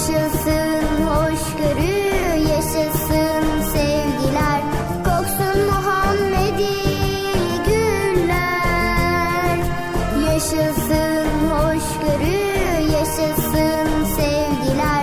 Yaşasın hoşgörü, yaşasın sevgiler, koksun Muhammedi güller. Yaşasın hoşgörü, yaşasın sevgiler.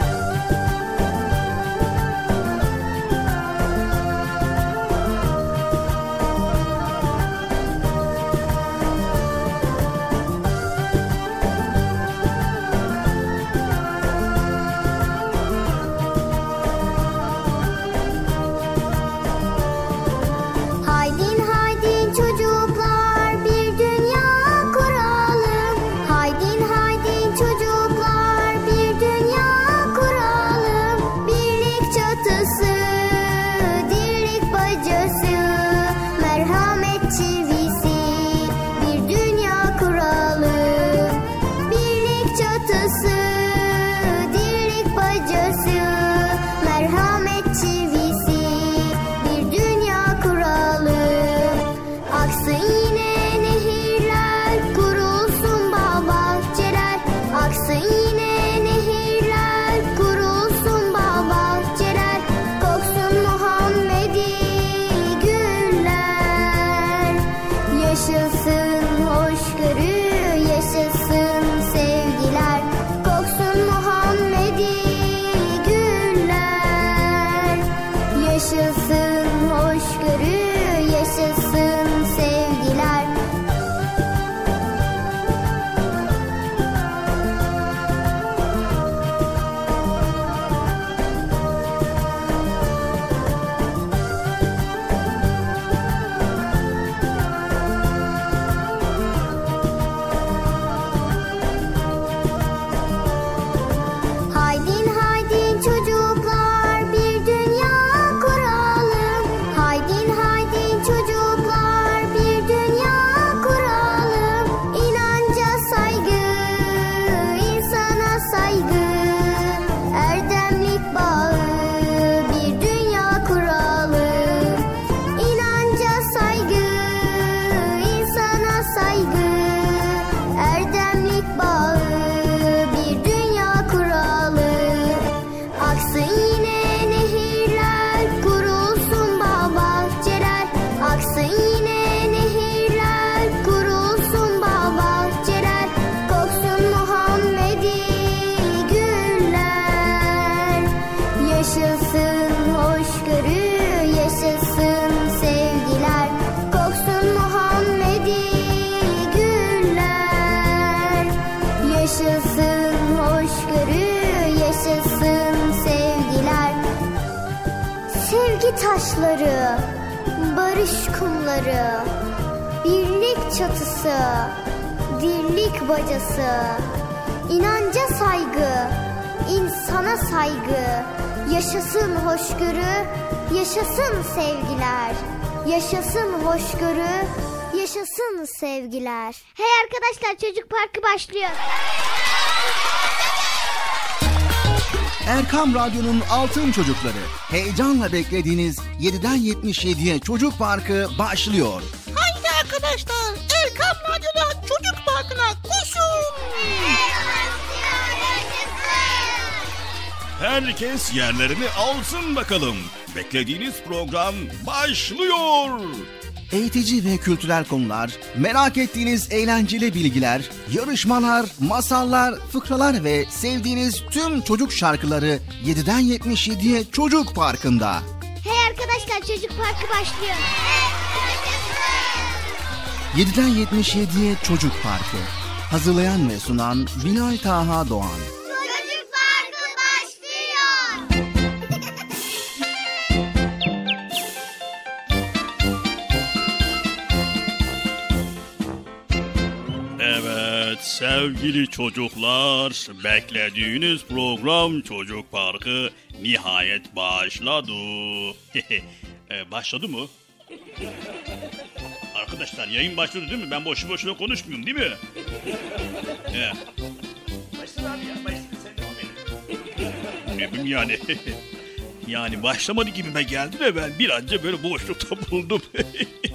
Haydin haydin çocuklar, bir dünya kuralım. Haydin haydin çocuklar, bir dünya kuralım. Birlik çatısı, dirlik bacası, merhamet çivisi, bir dünya kuralım. Birlik çatısı, dirlik bacası, merhamet çivisi, bir dünya kuralım. Aksın yine nehirler, kurulsun bağ bahçeler. Aksın yine nehirler, kurulsun bağ bahçeler. Koksun Muhammedi güller. Yaşasın hoşgörü, yaşasın sevgiler, koksun Muhammedi güller. Yaşasın hoşgörü, yaşasın sevgiler. Haydin haydin çocuklar, bir dünya kuralım. Haydin haydin çocuklar, bir dünya kuralım. İnanca saygı, insana saygı, erdemlik bağı, bir dünya kuralım. İnanca saygı, insana saygı, erdemlik bağı, bir dünya kuralım. Aksın yine nehirler, kurulsun bağ bahçeler. Aksın yine nehirler, kurulsun bağ bahçeler. Koksun Muhammedi güller. Yaşasın hoşgörü, yaşasın sevgiler, koksun Muhammedi güller. Yaşasın hoşgörü, yaşasın sevgiler. Sevgi taşları, barış kumları, birlik çatısı, dirlik bacası, inanca saygı, insana saygı. Yaşasın hoşgörü, yaşasın sevgiler. Yaşasın hoşgörü, yaşasın sevgiler. Hey arkadaşlar, Çocuk Parkı başlıyor. Erkam Radyo'nun Altın Çocukları. Heyecanla beklediğiniz 7'den 77'ye Çocuk Parkı başlıyor. Haydi arkadaşlar, Erkam Radyo'da Çocuk Parkı'na koşun. Herkes yerlerini alsın bakalım. Beklediğiniz program başlıyor. Eğitici ve kültürel konular, merak ettiğiniz eğlenceli bilgiler, yarışmalar, masallar, fıkralar ve sevdiğiniz tüm çocuk şarkıları 7'den 77'ye Çocuk Parkı'nda. Hey arkadaşlar, Çocuk Parkı başlıyor. 7'den 77'ye Çocuk Parkı. Hazırlayan ve sunan Bilal Taha Doğan. Çocuk Parkı başlıyor. Evet sevgili çocuklar, beklediğiniz program Çocuk Parkı nihayet başladı. Başladı mı? Arkadaşlar yayın başladı değil mi? Ben boşu boşuna konuşmuyorum değil mi? Başladı abi ya, başladı. Sen devam edin. Ne bileyim yani. Yani başlamadı gibime geldi de ben bir anca böyle boşlukta buldum.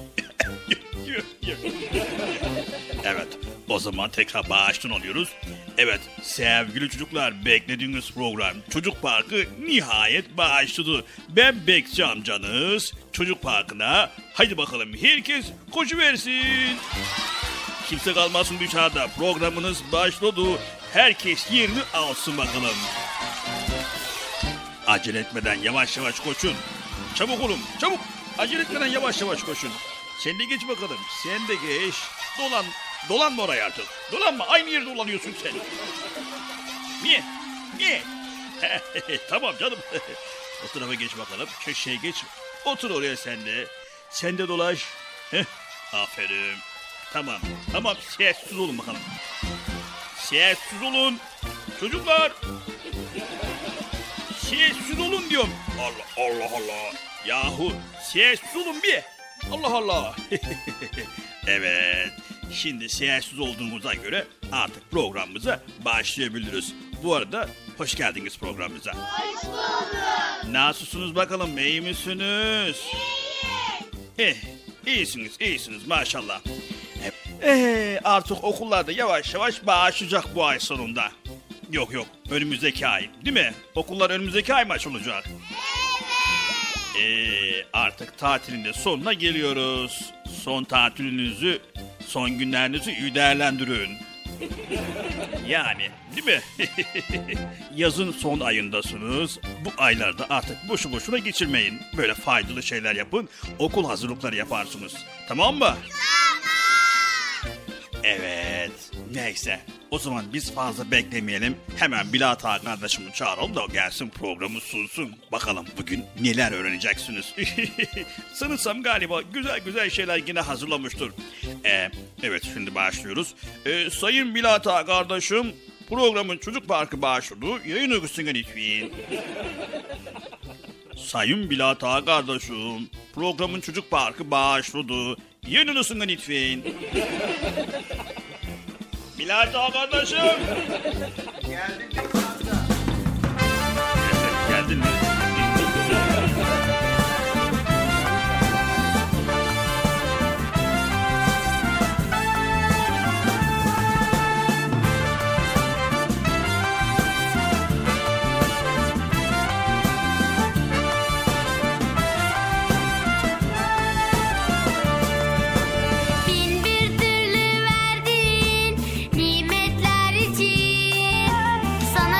Evet, o zaman tekrar baştan alıyoruz. Evet sevgili çocuklar, beklediğiniz program Çocuk Parkı nihayet başladı. Ben Bekçi amcanız. Çocuk Parkı'na haydi bakalım herkes koşuversin. Kimse kalmasın dışarıda, programınız başladı. Herkes yerini alsın bakalım. Acele etmeden yavaş yavaş koşun. Çabuk olun çabuk. Acele etmeden yavaş yavaş koşun. Sen de geç bakalım. Sen de geç. Dolanma oraya artık. Dolanma. Aynı yerde dolanıyorsun sen. Niye? Niye? Tamam canım. O tarafa geç bakalım. Köşeye geç. Otur oraya sen de. Sen de dolaş. Aferin. Tamam. Tamam. Sessiz olun bakalım. Sessiz olun. Çocuklar. Sessiz olun diyorum. Allah. Yahu sessiz olun bir. Allah. Evet. Şimdi sessiz olduğumuza göre artık programımıza başlayabiliriz. Bu arada hoş geldiniz programımıza. Hoş bulduk. Nasılsınız bakalım? İyi misiniz? İyiyiz. İyisiniz maşallah. Artık okullarda yavaş yavaş başlayacak bu ay sonunda. Yok önümüzdeki ay değil mi? Okullar önümüzdeki ay mı açılacak? Evet. Artık tatilin de sonuna geliyoruz. Son tatilinizi, son günlerinizi iyi değerlendirin. Yani değil mi? Yazın son ayındasınız. Bu aylarda artık boşu boşuna geçirmeyin. Böyle faydalı şeyler yapın. Okul hazırlıkları yaparsınız. Tamam mı? Tamam. Evet. Neyse. O zaman biz fazla beklemeyelim. Hemen Bilat Ağa kardeşimi çağıralım da o gelsin, programı sunsun. Bakalım bugün neler öğreneceksiniz. Sanırsam galiba güzel şeyler yine hazırlamıştır. Evet şimdi başlıyoruz. Sayın Bilat Ağa kardeşim, programın Çocuk Parkı başladı. Yayın örgüsüne lütfen. Sayın Bilat Ağa kardeşim, programın Çocuk Parkı başladı. Yayın örgüsüne lütfen. Bilat Ağa kardeşim. Geldin mi? Bin bir türlü verdiğin nimetler için sana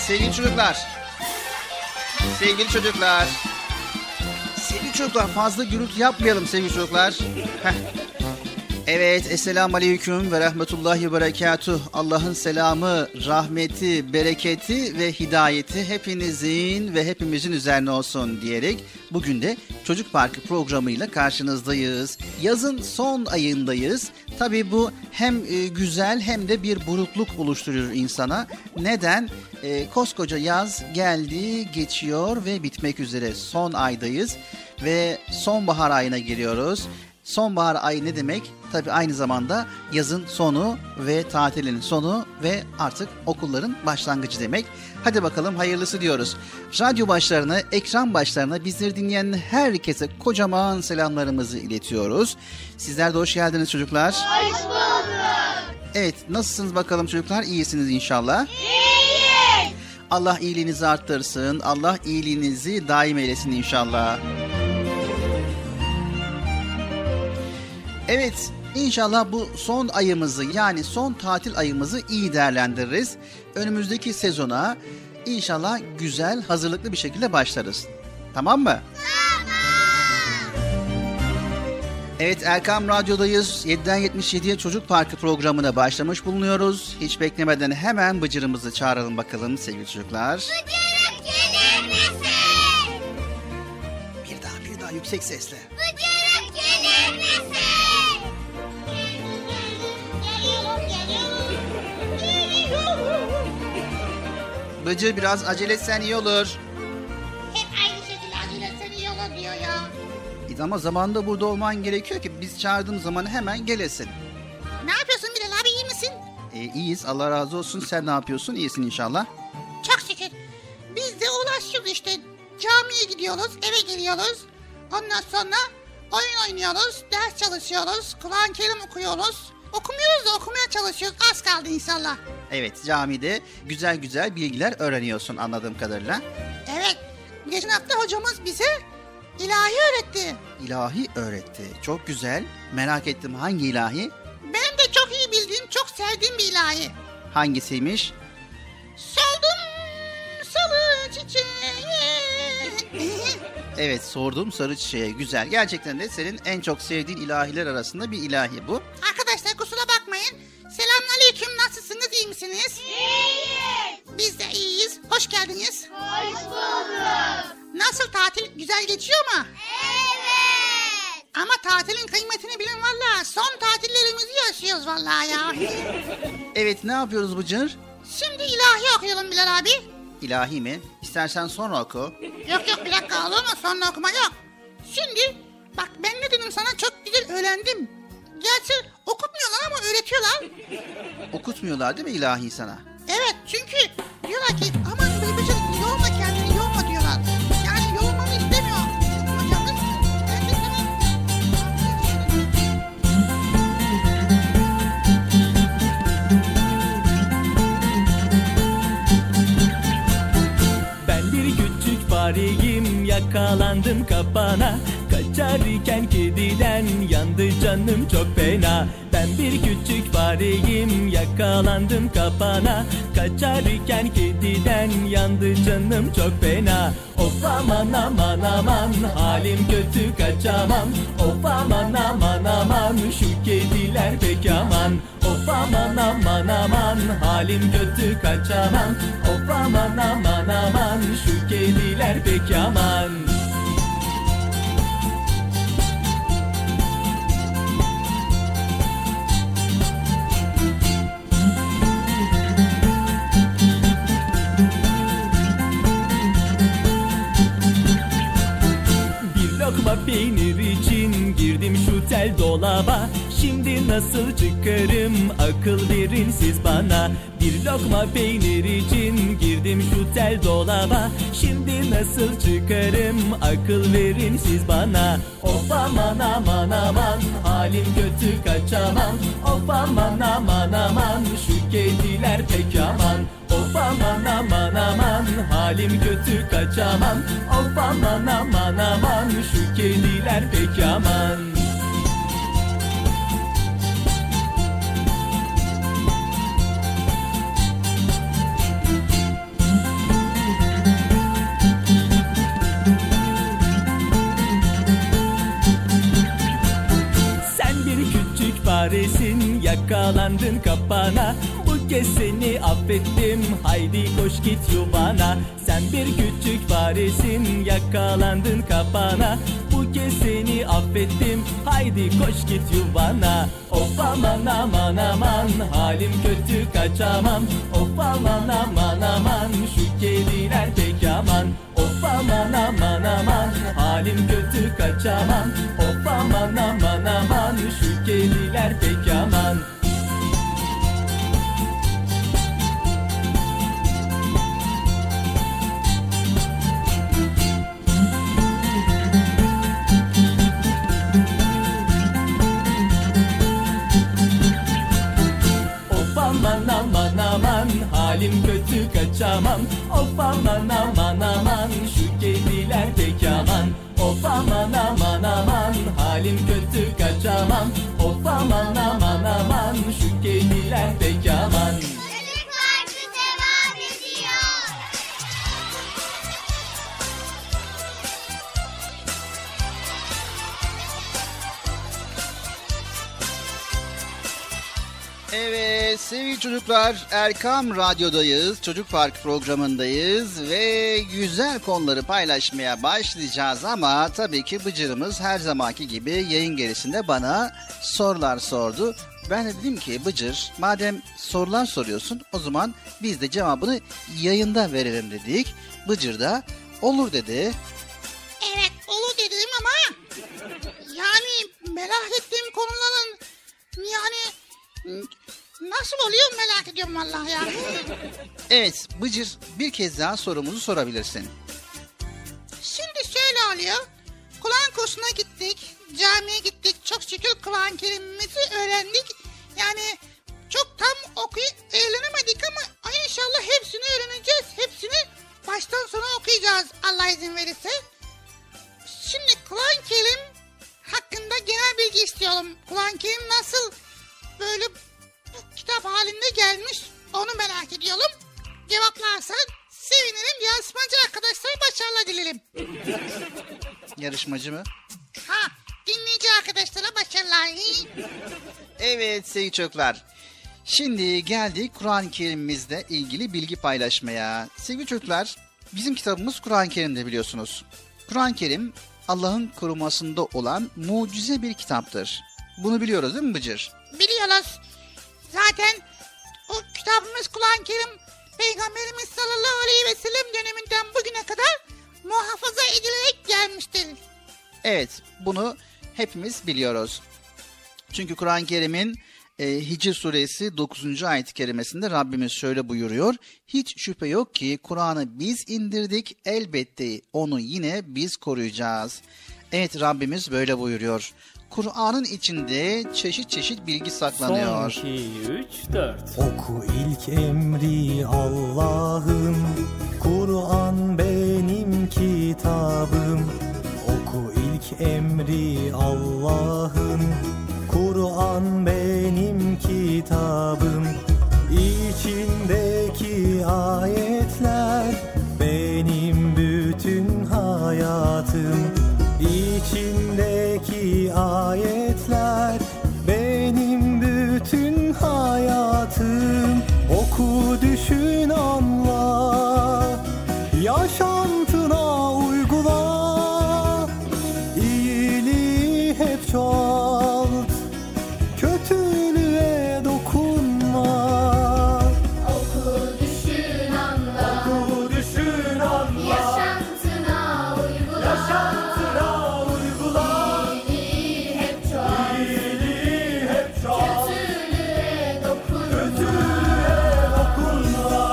sevgili çocuklar. Sevgili çocuklar. Sevgili çocuklar, fazla gürültü yapmayalım sevgili çocuklar. Heh. Evet, esselamu aleyküm ve rahmetullahi ve berekatuh. Allah'ın selamı, rahmeti, bereketi ve hidayeti hepinizin ve hepimizin üzerine olsun diyerek bugün de Çocuk Parkı programıyla karşınızdayız. Yazın son ayındayız. Tabii bu hem güzel hem de bir burukluk oluşturuyor insana. Neden? Koskoca yaz geldi, geçiyor ve bitmek üzere. Son aydayız ve sonbahar ayına giriyoruz. Sonbahar ayı ne demek? Tabii aynı zamanda yazın sonu ve tatilin sonu ve artık okulların başlangıcı demek. Hadi bakalım hayırlısı diyoruz. Radyo başlarına, ekran başlarına bizleri dinleyen herkese kocaman selamlarımızı iletiyoruz. Sizler de hoş geldiniz çocuklar. Hoş bulduk. Evet, nasılsınız bakalım çocuklar? İyisiniz inşallah. İyiyiz. Allah iyiliğinizi arttırsın. Allah iyiliğinizi daim eylesin inşallah. Evet, inşallah bu son ayımızı, yani son tatil ayımızı iyi değerlendiririz. Önümüzdeki sezona inşallah güzel, hazırlıklı bir şekilde başlarız. Tamam mı? Tamam. Evet, Erkam Radyo'dayız. 7'den 77'ye Çocuk Parkı programına başlamış bulunuyoruz. Hiç beklemeden hemen Bıcır'ımızı çağıralım bakalım sevgili çocuklar. Bıcırık gelir misin? Bir daha yüksek sesle. Bıcırık gelir misin? Bıcır, biraz acele etsen iyi olur. Hep aynı şekilde acele etsen iyi olur diyor ya. Ama zamanında burada olman gerekiyor ki biz çağırdığımız zaman hemen gelesin. Ne yapıyorsun Bilal abi, iyi misin? İyiyiz, Allah razı olsun. Sen ne yapıyorsun? İyisin inşallah. Çok şükür. Biz de uğraşıyoruz işte. Camiye gidiyoruz, eve geliyoruz. Ondan sonra oyun oynuyoruz, ders çalışıyoruz, Kur'an-ı Kerim okuyoruz. Okumuyoruz da okumaya çalışıyoruz. Az kaldı inşallah. Evet, camide güzel güzel bilgiler öğreniyorsun anladığım kadarıyla. Evet. Geçen hafta hocamız bize ilahi öğretti. İlahi öğretti. Çok güzel. Merak ettim, hangi ilahi? Benim de çok iyi bildiğim, çok sevdiğim bir ilahi. Hangisiymiş? Soldum salı çiçeği. Evet, sordum sarı çiçeğe. Güzel. Gerçekten de senin en çok sevdiğin ilahiler arasında bir ilahi bu. Arkadaşlar kusura bakmayın. Selamünaleyküm, nasılsınız, iyi misiniz? İyiyiz. Biz de iyiyiz. Hoş geldiniz. Hoş bulduk. Nasıl, tatil güzel geçiyor mu? Evet. Ama tatilin kıymetini bilin valla. Son tatillerimizi yaşıyoruz valla ya. Evet, ne yapıyoruz Bıcır? Şimdi ilahi okuyalım Bilal abi. İlahi mi? İstersen sonra oku. Yok bir dakika, olur mu? Sonra okuma yok. Şimdi bak, ben ne dedim sana, çok güzel öğrendim. Gerçi okutmuyorlar ama öğretiyorlar. Okutmuyorlar değil mi ilahi sana? Evet, çünkü diyorlar ki aman Bıcır yorma kendini, yorma diyorlar. Yani yorulmamı istemiyor hocamız. Ben de Ben bir küçük fareyim, yakalandım kapana. Kaçarken kediden yandı canım çok fena. Ben bir küçük fareyim, yakalandım kapana. Kaçarken kediden yandı canım çok fena. Of aman aman aman, halim kötü kaçamam. Of aman aman aman, şu kediler pek aman. Of aman aman aman, halim kötü kaçamam. Of aman aman aman, şu kediler pek aman. Lokma peynir için girdim şu tel dolaba. Şimdi nasıl çıkarım, akıl verin siz bana. Bir lokma peynir için girdim şu tel dolaba. Şimdi nasıl çıkarım, akıl verin siz bana. Of aman aman aman, halim kötü kaçamam. Of aman aman aman, şu kediler pek aman. Of aman aman aman, halim kötü kaçamam. Of aman aman aman, şu kediler pek aman. faresin, yakalandın kapana. Bu kez seni affettim, haydi koş git yuvana. Sen bir küçük faresin, yakalandın kapana. Bu kez seni affettim, haydi koş git yuvana. Of aman aman aman, halim kötü kaçamam. Of aman aman aman, şu kediler pek aman. Of aman aman aman, halim kötü kaçamam. Of aman aman aman, şu kediler pek aman. Aman aman aman, halim kötü kaçamam. Of aman aman aman, şu kediler pek aman. Of aman aman aman, halim kötü kaçamam. Of aman aman aman, şu kediler pek aman. Çocuk Parkı devam ediyor. Evet sevgili çocuklar, Erkam Radyo'dayız, Çocuk Park programındayız ve güzel konuları paylaşmaya başlayacağız ama tabii ki Bıcır'ımız her zamanki gibi yayın gerisinde bana sorular sordu. Ben de dedim ki Bıcır, madem sorular soruyorsun o zaman biz de cevabını yayında verelim dedik. Bıcır da olur dedi. Evet olur dedim ama yani merak ettiğim konuların yani nasıl oluyor merak ediyorum vallahi ya. Evet Bıcır, bir kez daha sorumuzu sorabilirsin. Şimdi şöyle oluyor. Kur'an kursuna gittik, camiye gittik. Çok şükür Kur'an-ı Kerim'imizi öğrendik. Yani çok tam okuyup öğrenemedik ama inşallah hepsini öğreneceğiz. Hepsini baştan sona okuyacağız Allah izin verirse. Şimdi Kur'an-ı Kerim hakkında genel bilgi istiyorum. Kur'an-ı Kerim nasıl böyle bu kitap halinde gelmiş onu merak ediyorum. Cevaplarsan sevinirim. Yarışmacı arkadaşlar başarılar dilerim. Yarışmacı mı? Ha, dinleyici arkadaşlara başarılar. Evet sevgili çocuklar. Şimdi geldik Kur'an-ı Kerim'imizle ilgili bilgi paylaşmaya. Sevgili çocuklar, bizim kitabımız Kur'an-ı Kerim'de biliyorsunuz. Kur'an-ı Kerim Allah'ın korumasında olan mucize bir kitaptır. Bunu biliyoruz değil mi Bıcır? Biliyoruz. Zaten o kitabımız Kur'an-ı Kerim Peygamberimiz sallallahu aleyhi ve sellem döneminden bugüne kadar muhafaza edilerek gelmiştir. Evet, bunu hepimiz biliyoruz. Çünkü Kur'an-ı Kerim'in Hicr suresi 9. ayet-i kerimesinde Rabbimiz şöyle buyuruyor. Hiç şüphe yok ki Kur'an'ı biz indirdik, elbette onu yine biz koruyacağız. Evet, Rabbimiz böyle buyuruyor. Kur'an'ın içinde çeşit çeşit bilgi saklanıyor. Son 2, 3, 4. Oku ilk emri Allah'ım, Kur'an benim kitabım. Oku ilk emri Allah'ım, Kur'an benim kitabım. İçindeki ayetler benim bütün hayatım. İçindeki ayetler benim bütün hayatım. Oku, düşün, anla, yaşantına uygula. İyiliği hep çoğalt, kötülüğe dokunma. Oku, düşün, anla. Oku, düşün, anla, Yaşantına uygula. yaşantına uygula. İyiliği hep çoğalt. İyiliği hep çoğalt, Kötülüğe dokunma. kötülüğe dokunma.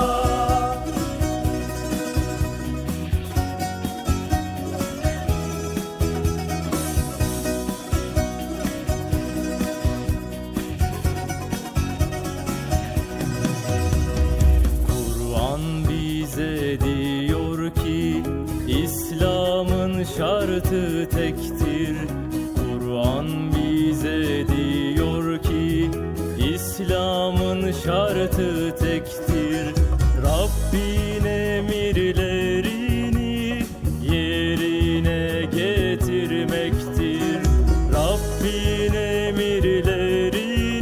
Kur'an bize diyor ki İslam'ın şartı tektir. Kur'an bize diyor ki İslam'ın şartı tektir. Rabbin emirlerini yerine getirmektir. Rabbin emirlerini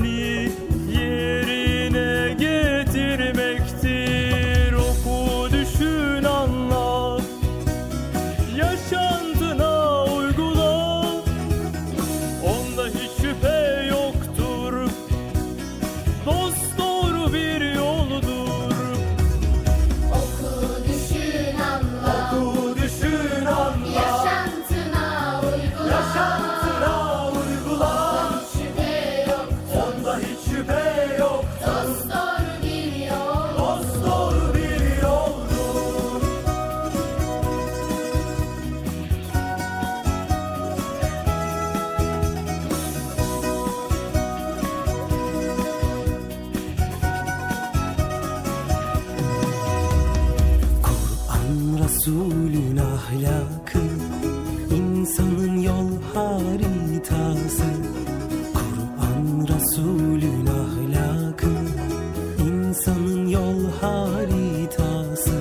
ahlakı, insanın yol haritası. Kur'an Resulün ahlakı, insanın yol haritası.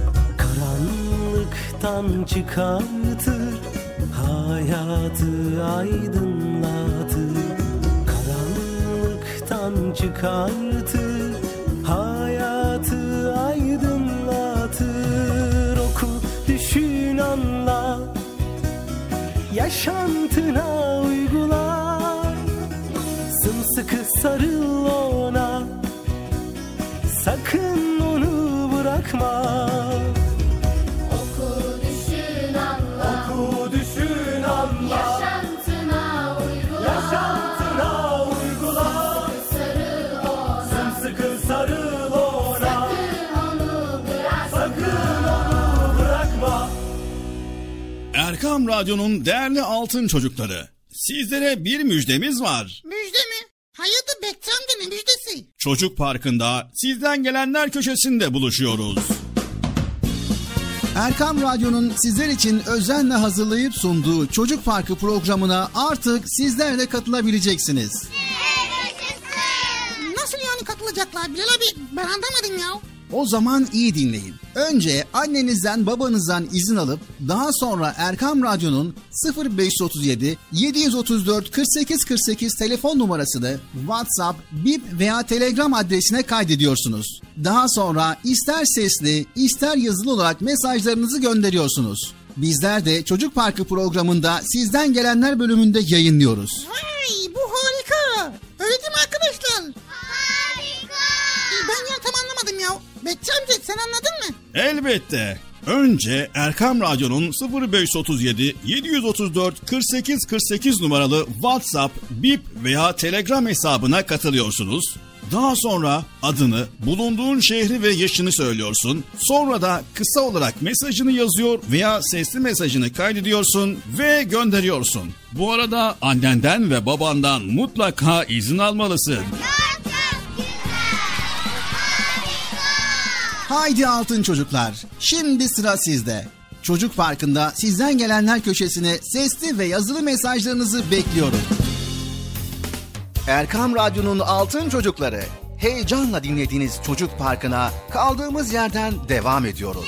Karanlıktan çıkartır, hayatı aydınlatır. Karanlıktan çıkartır, hayatı aydınlatır. Oku, düşün, anla, yaşantına uygula. Sımsıkı sarıl ona, sakın onu bırakma. Oku, düşün, anla. Oku, düşün, anla. Yaşantına uygula. Yaşantına uygula. Sarıl ona. Sımsıkı sarıl ona. Sakın onu bırakma. Sakın onu bırakma. Erkam Radyo'nun değerli altın çocukları, sizlere bir müjdemiz var. Müjde mi? Hayatı Bekçam'da ne müjdesi? Çocuk Parkı'nda sizden gelenler köşesinde buluşuyoruz. Erkam Radyo'nun sizler için özenle hazırlayıp sunduğu Çocuk Parkı programına artık sizler de katılabileceksiniz. Nasıl yani katılacaklar Bilal abi? Ben anlamadım ya. O zaman iyi dinleyin. Önce annenizden babanızdan izin alıp daha sonra Erkam Radyo'nun 0537 734 48 48 telefon numarasını WhatsApp, Bip veya Telegram adresine kaydediyorsunuz. Daha sonra ister sesli ister yazılı olarak mesajlarınızı gönderiyorsunuz. Bizler de Çocuk Parkı programında sizden gelenler bölümünde yayınlıyoruz. Vay, bu harika. Öyle değil mi arkadaşlar? Harika. Ben ya tam anlamadım ya. Bekçi amca sen anladın mı? Elbette. Önce Erkam Radyo'nun 0537 734 48 48 numaralı WhatsApp, Bip veya Telegram hesabına katılıyorsunuz. Daha sonra adını, bulunduğun şehri ve yaşını söylüyorsun. Sonra da kısa olarak mesajını yazıyor veya sesli mesajını kaydediyorsun ve gönderiyorsun. Bu arada annenden ve babandan mutlaka izin almalısın. Haydi altın çocuklar, şimdi sıra sizde. Çocuk Parkı'nda sizden gelenler köşesine sesli ve yazılı mesajlarınızı bekliyorum. Erkam Radyo'nun altın çocukları, heyecanla dinlediğiniz Çocuk Parkı'na kaldığımız yerden devam ediyoruz.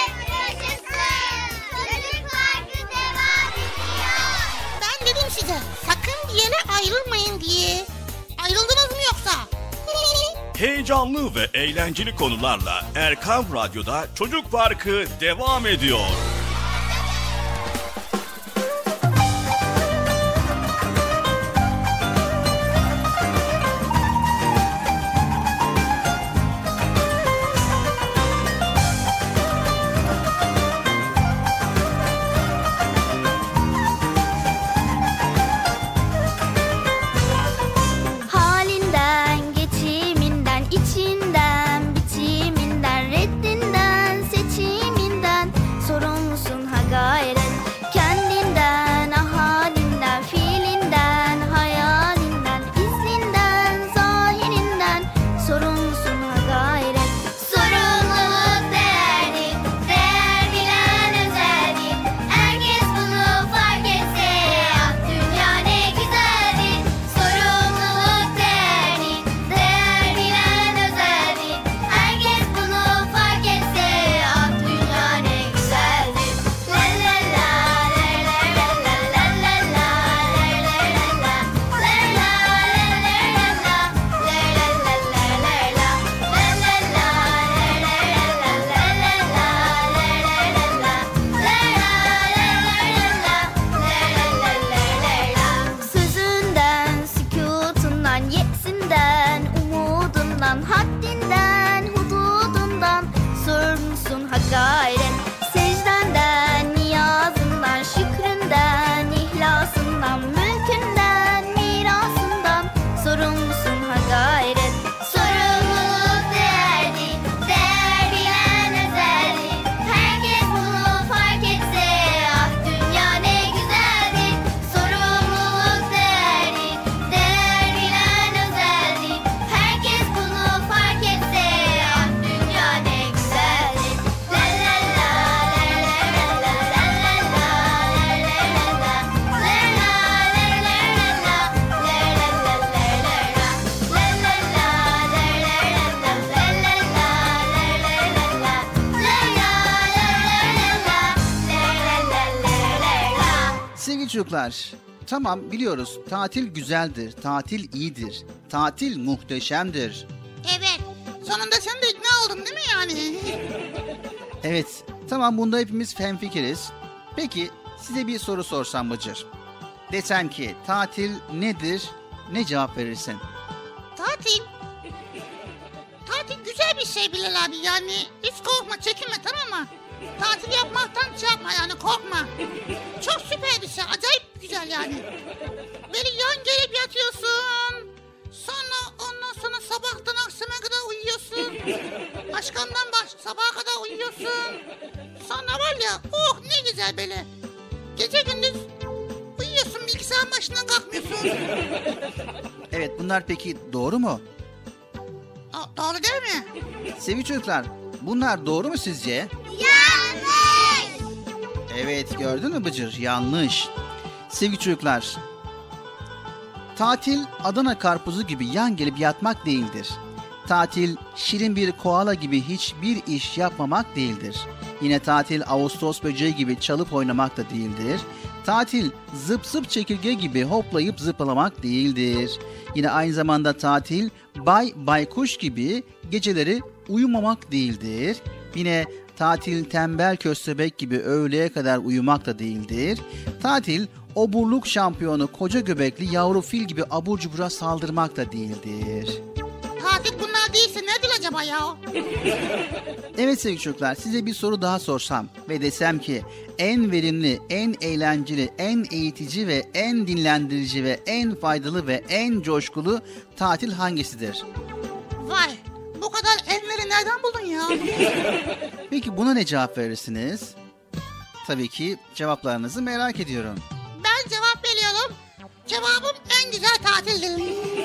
Ben dedim size sakın bir yere ayrılmayın diye. Ayrıldınız mı yoksa? Heyecanlı ve eğlenceli konularla Erkam Radyo'da Çocuk Parkı devam ediyor. Halinden, geçiminden, içinden, bitiminden, reddinden, seçiminden, sorumlu Sevgili çocuklar, tamam biliyoruz tatil güzeldir, tatil iyidir, tatil muhteşemdir. Evet. Sonunda sen de ikna oldun değil mi yani? Evet, tamam bunda hepimiz hemfikiriz. Peki size bir soru sorsam Bıcır. Desem ki tatil nedir, ne cevap verirsin? Tatil. Tatil güzel bir şey Bilal abi yani. Hiç korkma, çekinme, tamam mı? Tatil yapmaktan şey yapma yani, korkma. Çok süper bir şey, acayip güzel yani. Böyle yan gelip yatıyorsun. Ondan sonra sabahtan akşama kadar uyuyorsun. Akşamdan sabaha kadar uyuyorsun. Sonra var ya, oh ne güzel böyle. Gece gündüz uyuyorsun, bilgisayarın başından kalkmıyorsun. Evet, bunlar peki doğru mu? Doğru değil mi? Sevgili çocuklar, bunlar doğru mu sizce? Yanlış. Evet, gördün mü Bıcır? Yanlış. Sevgili çocuklar, tatil Adana karpuzu gibi yan gelip yatmak değildir. Tatil şirin bir koala gibi hiçbir iş yapmamak değildir. Yine tatil Ağustos böceği gibi çalıp oynamak da değildir. Tatil zıp zıp çekirge gibi hoplayıp zıplamak değildir. Yine aynı zamanda tatil baykuş gibi geceleri uyumamak değildir. Yine tatil tembel köstebek gibi öğleye kadar uyumak da değildir. Tatil oburluk şampiyonu koca göbekli yavru fil gibi abur cubura saldırmak da değildir. Tatil bunlar değilse nedir acaba ya? Evet sevgili çocuklar, size bir soru daha sorsam ve desem ki en verimli, en eğlenceli, en eğitici ve en dinlendirici ve en faydalı ve en coşkulu tatil hangisidir? Vay, bu kadar enleri nereden buldun ya? Peki buna ne cevap verirsiniz? Tabii ki cevaplarınızı merak ediyorum. Ben cevap veriyorum. Cevabım en güzel tatildir.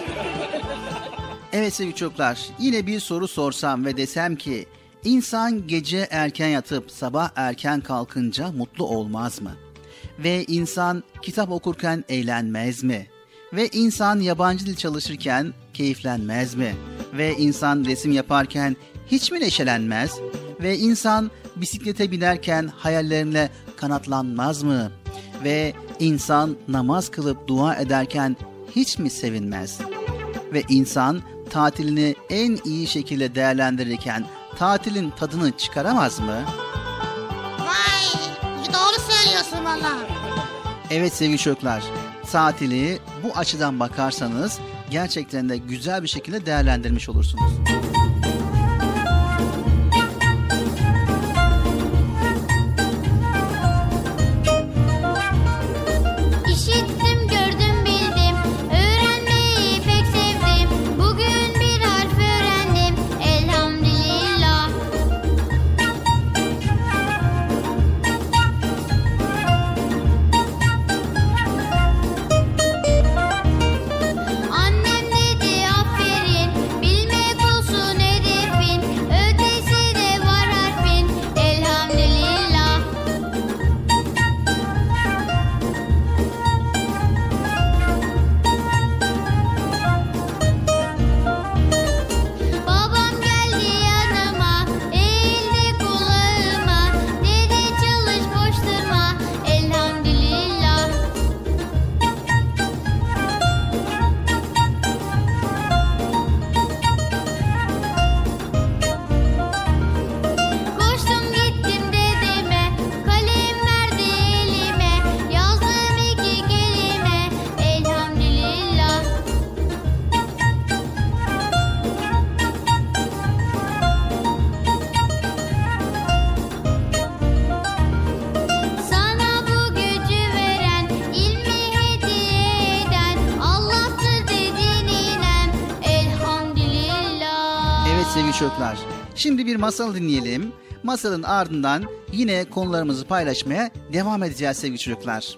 Evet sevgili çocuklar, yine bir soru sorsam ve desem ki insan gece erken yatıp sabah erken kalkınca mutlu olmaz mı? Ve insan kitap okurken eğlenmez mi? Ve insan yabancı dil çalışırken keyiflenmez mi? Ve insan resim yaparken hiç mi neşelenmez? Ve insan bisiklete binerken hayallerine kanatlanmaz mı? Ve insan namaz kılıp dua ederken hiç mi sevinmez? Ve insan tatilini en iyi şekilde değerlendirirken tatilin tadını çıkaramaz mı? Vay, doğru söylüyorsun valla. Evet sevgili çocuklar, tatili bu açıdan bakarsanız gerçekten de güzel bir şekilde değerlendirmiş olursunuz. İşittim, gördüm, bildim. Öğrenmeyi pek sevdim. Bugün bir harf öğrendim. Elhamdülillah. Annem dedi aferin. Bilmek olsun hedefin. Ötesi de var harfin. Elhamdülillah. Babam geldi yanıma, eğildi kulağıma, dedi çalış boş durma, elhamdülillah. Koştum gittim dedeme, kalem verdi elime, yazdım iki kelime, elhamdülillah. Sana bu gücü veren, ilmi hediye eden, Allah'tır dedin inen, elhamdülillah. Evet sevgili çocuklar, şimdi bir masal dinleyelim. Masalın ardından yine konularımızı paylaşmaya devam edeceğiz sevgili çocuklar.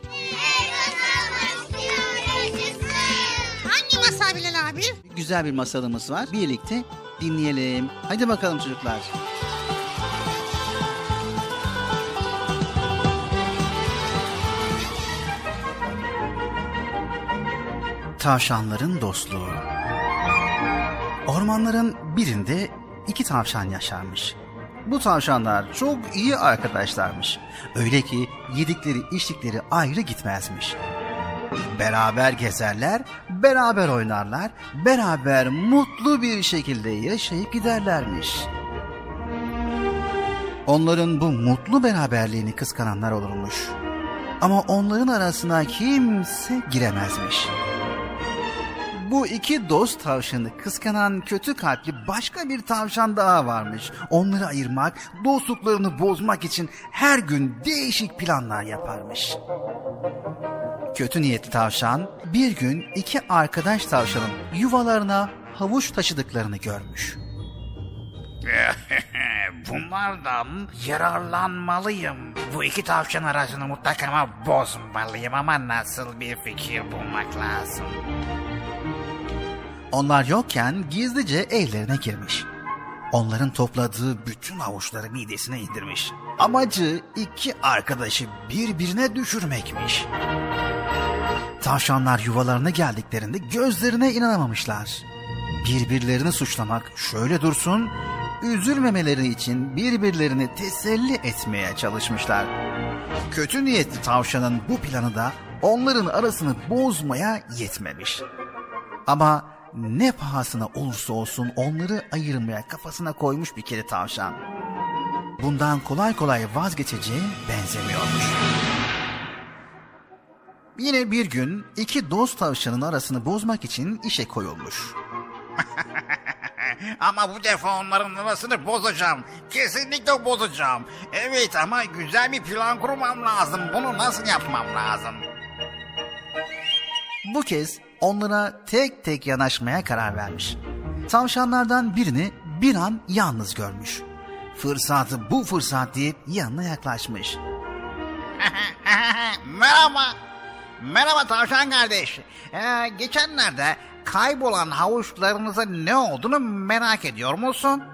Hangi masal Bilal abi? Güzel bir masalımız var. Birlikte dinleyelim. Hadi bakalım çocuklar. Tavşanların dostluğu. Ormanların birinde iki tavşan yaşarmış. Bu tavşanlar çok iyi arkadaşlarmış. Öyle ki yedikleri içtikleri ayrı gitmezmiş. Beraber gezerler, beraber oynarlar, beraber mutlu bir şekilde yaşayıp giderlermiş. Onların bu mutlu beraberliğini kıskananlar olurmuş. Ama onların arasına kimse giremezmiş. Bu iki dost tavşanı kıskanan kötü kalpli başka bir tavşan daha varmış. Onları ayırmak, dostluklarını bozmak için her gün değişik planlar yaparmış. Kötü niyetli tavşan bir gün iki arkadaş tavşanın yuvalarına havuç taşıdıklarını görmüş. Bunlardan yararlanmalıyım. Bu iki tavşan arasını mutlaka bozmalıyım ama nasıl bir fikir bulmak lazım? Onlar yokken gizlice evlerine girmiş. Onların topladığı bütün havuçları midesine indirmiş. Amacı iki arkadaşı birbirine düşürmekmiş. Tavşanlar yuvalarına geldiklerinde gözlerine inanamamışlar. Birbirlerini suçlamak şöyle dursun, üzülmemeleri için birbirlerini teselli etmeye çalışmışlar. Kötü niyetli tavşanın bu planı da onların arasını bozmaya yetmemiş. Ama ne pahasına olursa olsun onları ayırmaya kafasına koymuş bir kere tavşan. Bundan kolay kolay vazgeçeceği benzemiyormuş. Yine bir gün iki dost tavşanın arasını bozmak için işe koyulmuş. Ama bu defa onların arasını bozacağım. Kesinlikle bozacağım. Evet ama güzel bir plan kurmam lazım. Bunu nasıl yapmam lazım? Bu kez onlara tek tek yanaşmaya karar vermiş. Tavşanlardan birini bir an yalnız görmüş. Fırsatı bu fırsat deyip yanına yaklaşmış. Merhaba. Merhaba tavşan kardeş. Geçenlerde kaybolan havuçlarınızın ne olduğunu merak ediyor musun?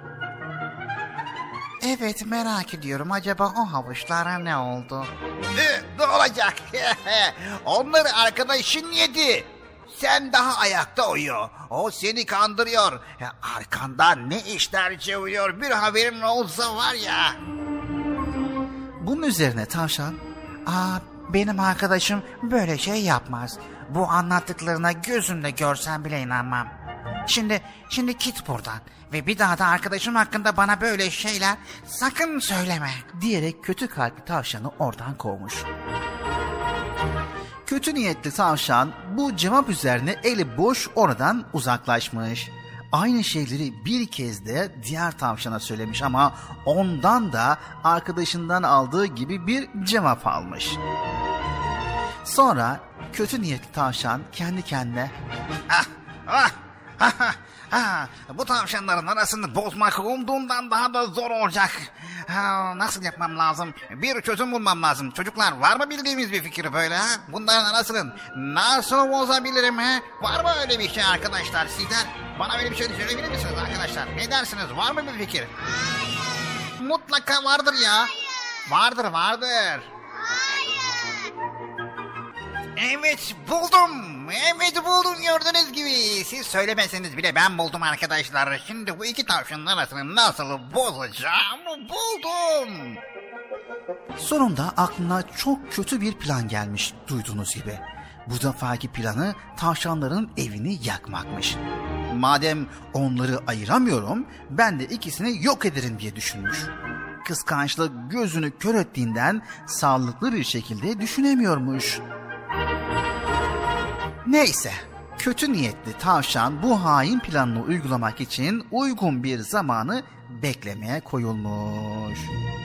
Evet, merak ediyorum. Acaba o havuçlara ne oldu? Ne olacak? Onları arkadaşın yedi. Sen daha ayakta uyuyor. O seni kandırıyor. Arkandan ne işler çeviriyor bir haberin olsa var ya. Bunun üzerine tavşan, Benim arkadaşım böyle şey yapmaz. Bu anlattıklarına gözümle görsem bile inanmam. Şimdi git buradan ve bir daha da arkadaşım hakkında bana böyle şeyler sakın söyleme diyerek kötü kalpli tavşanı oradan kovmuş. Kötü niyetli tavşan bu cevap üzerine eli boş oradan uzaklaşmış. Aynı şeyleri bir kez de diğer tavşana söylemiş ama ondan da arkadaşından aldığı gibi bir cevap almış. Sonra kötü niyetli tavşan kendi kendine Bu tavşanların arasını bozmak umduğumdan daha da zor olacak. Nasıl yapmam lazım? Bir çözüm bulmam lazım. Çocuklar var mı bildiğimiz bir fikir böyle? Bunların arasını nasıl bozabilirim? Var mı öyle bir şey arkadaşlar sizler? Bana öyle bir şey söyleyebilir misiniz arkadaşlar? Ne dersiniz? Var mı bir fikir? Hayır. Mutlaka vardır ya. Hayır. Vardır. Hayır. Evet buldum gördüğünüz gibi. Siz söylemeseniz bile ben buldum arkadaşlar. Şimdi bu iki tavşanın arasını nasıl bozacağım buldum. Sonunda aklına çok kötü bir plan gelmiş duyduğunuz gibi. Bu defaki planı tavşanların evini yakmakmış. Madem onları ayıramıyorum, ben de ikisini yok ederim diye düşünmüş. Kıskançlık gözünü kör ettiğinden sağlıklı bir şekilde düşünemiyormuş. Neyse, kötü niyetli tavşan bu hain planını uygulamak için uygun bir zamanı beklemeye koyulmuş.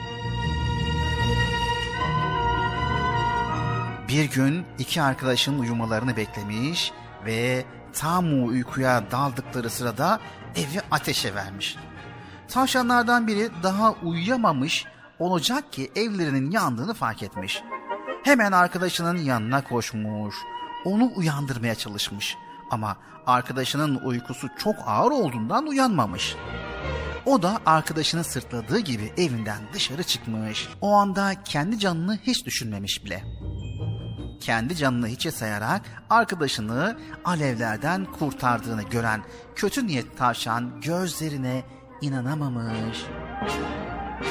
Bir gün iki arkadaşın uyumalarını beklemiş ve tam uykuya daldıkları sırada evi ateşe vermiş. Tavşanlardan biri daha uyuyamamış olacak ki evlerinin yandığını fark etmiş. Hemen arkadaşının yanına koşmuş, onu uyandırmaya çalışmış ama arkadaşının uykusu çok ağır olduğundan uyanmamış. O da arkadaşını sırtladığı gibi evinden dışarı çıkmış. O anda kendi canını hiç düşünmemiş bile. Kendi canını hiçe sayarak arkadaşını alevlerden kurtardığını gören kötü niyetli tavşan gözlerine inanamamış.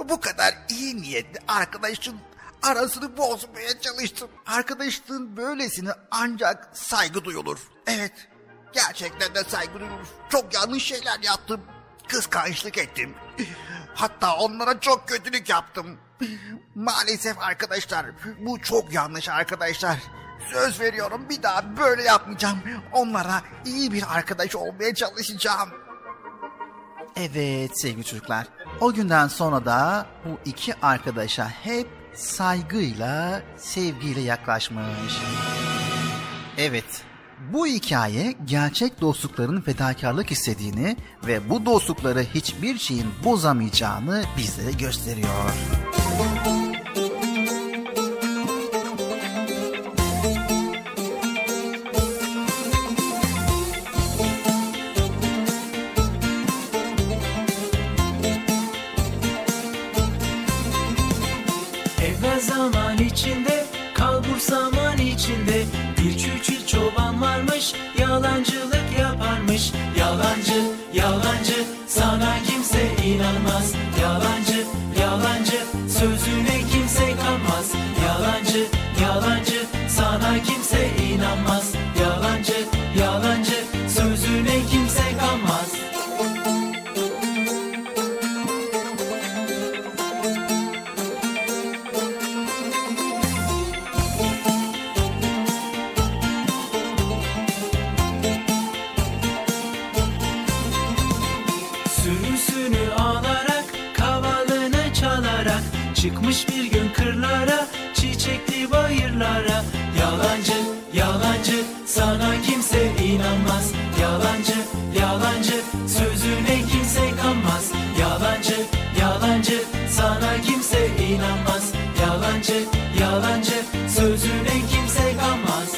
Bu kadar iyi niyetli arkadaşın arasını bozmaya çalıştım. Arkadaşlığın böylesine ancak saygı duyulur. Evet, gerçekten de saygı duyulur. Çok yanlış şeyler yaptım. Kıskançlık ettim. Hatta onlara çok kötülük yaptım. Maalesef arkadaşlar, bu çok yanlış arkadaşlar. Söz veriyorum, bir daha böyle yapmayacağım. Onlara iyi bir arkadaş olmaya çalışacağım. Evet sevgili çocuklar, o günden sonra da bu iki arkadaşa hep saygıyla, sevgiyle yaklaşmış. Evet, bu hikaye gerçek dostlukların fedakarlık istediğini ve bu dostlukları hiçbir şeyin bozamayacağını bizlere gösteriyor. Evvel zaman içinde, kalbur zaman içinde bir küçük çoban varmış, yalancılık yaparmış. Yalancı, yalancı, sana kimse inanmaz. Yalancı, yalancı, sözüne kimse kanmaz. Yalancı, yalancı, sana kimse inanmaz. Yalancı, yalancı, sözüne kimse kanmaz. Sürüsünü alarak, kavalını çalarak çıkmış bir gün kırlara, çiçekli bayırlara. Yalancı, yalancı, sana kimse inanmaz. Yalancı, yalancı, sözüne kimse kanmaz. Yalancı, yalancı, sana kimse inanmaz. Yalancı, yalancı, sözüne kimse kanmaz.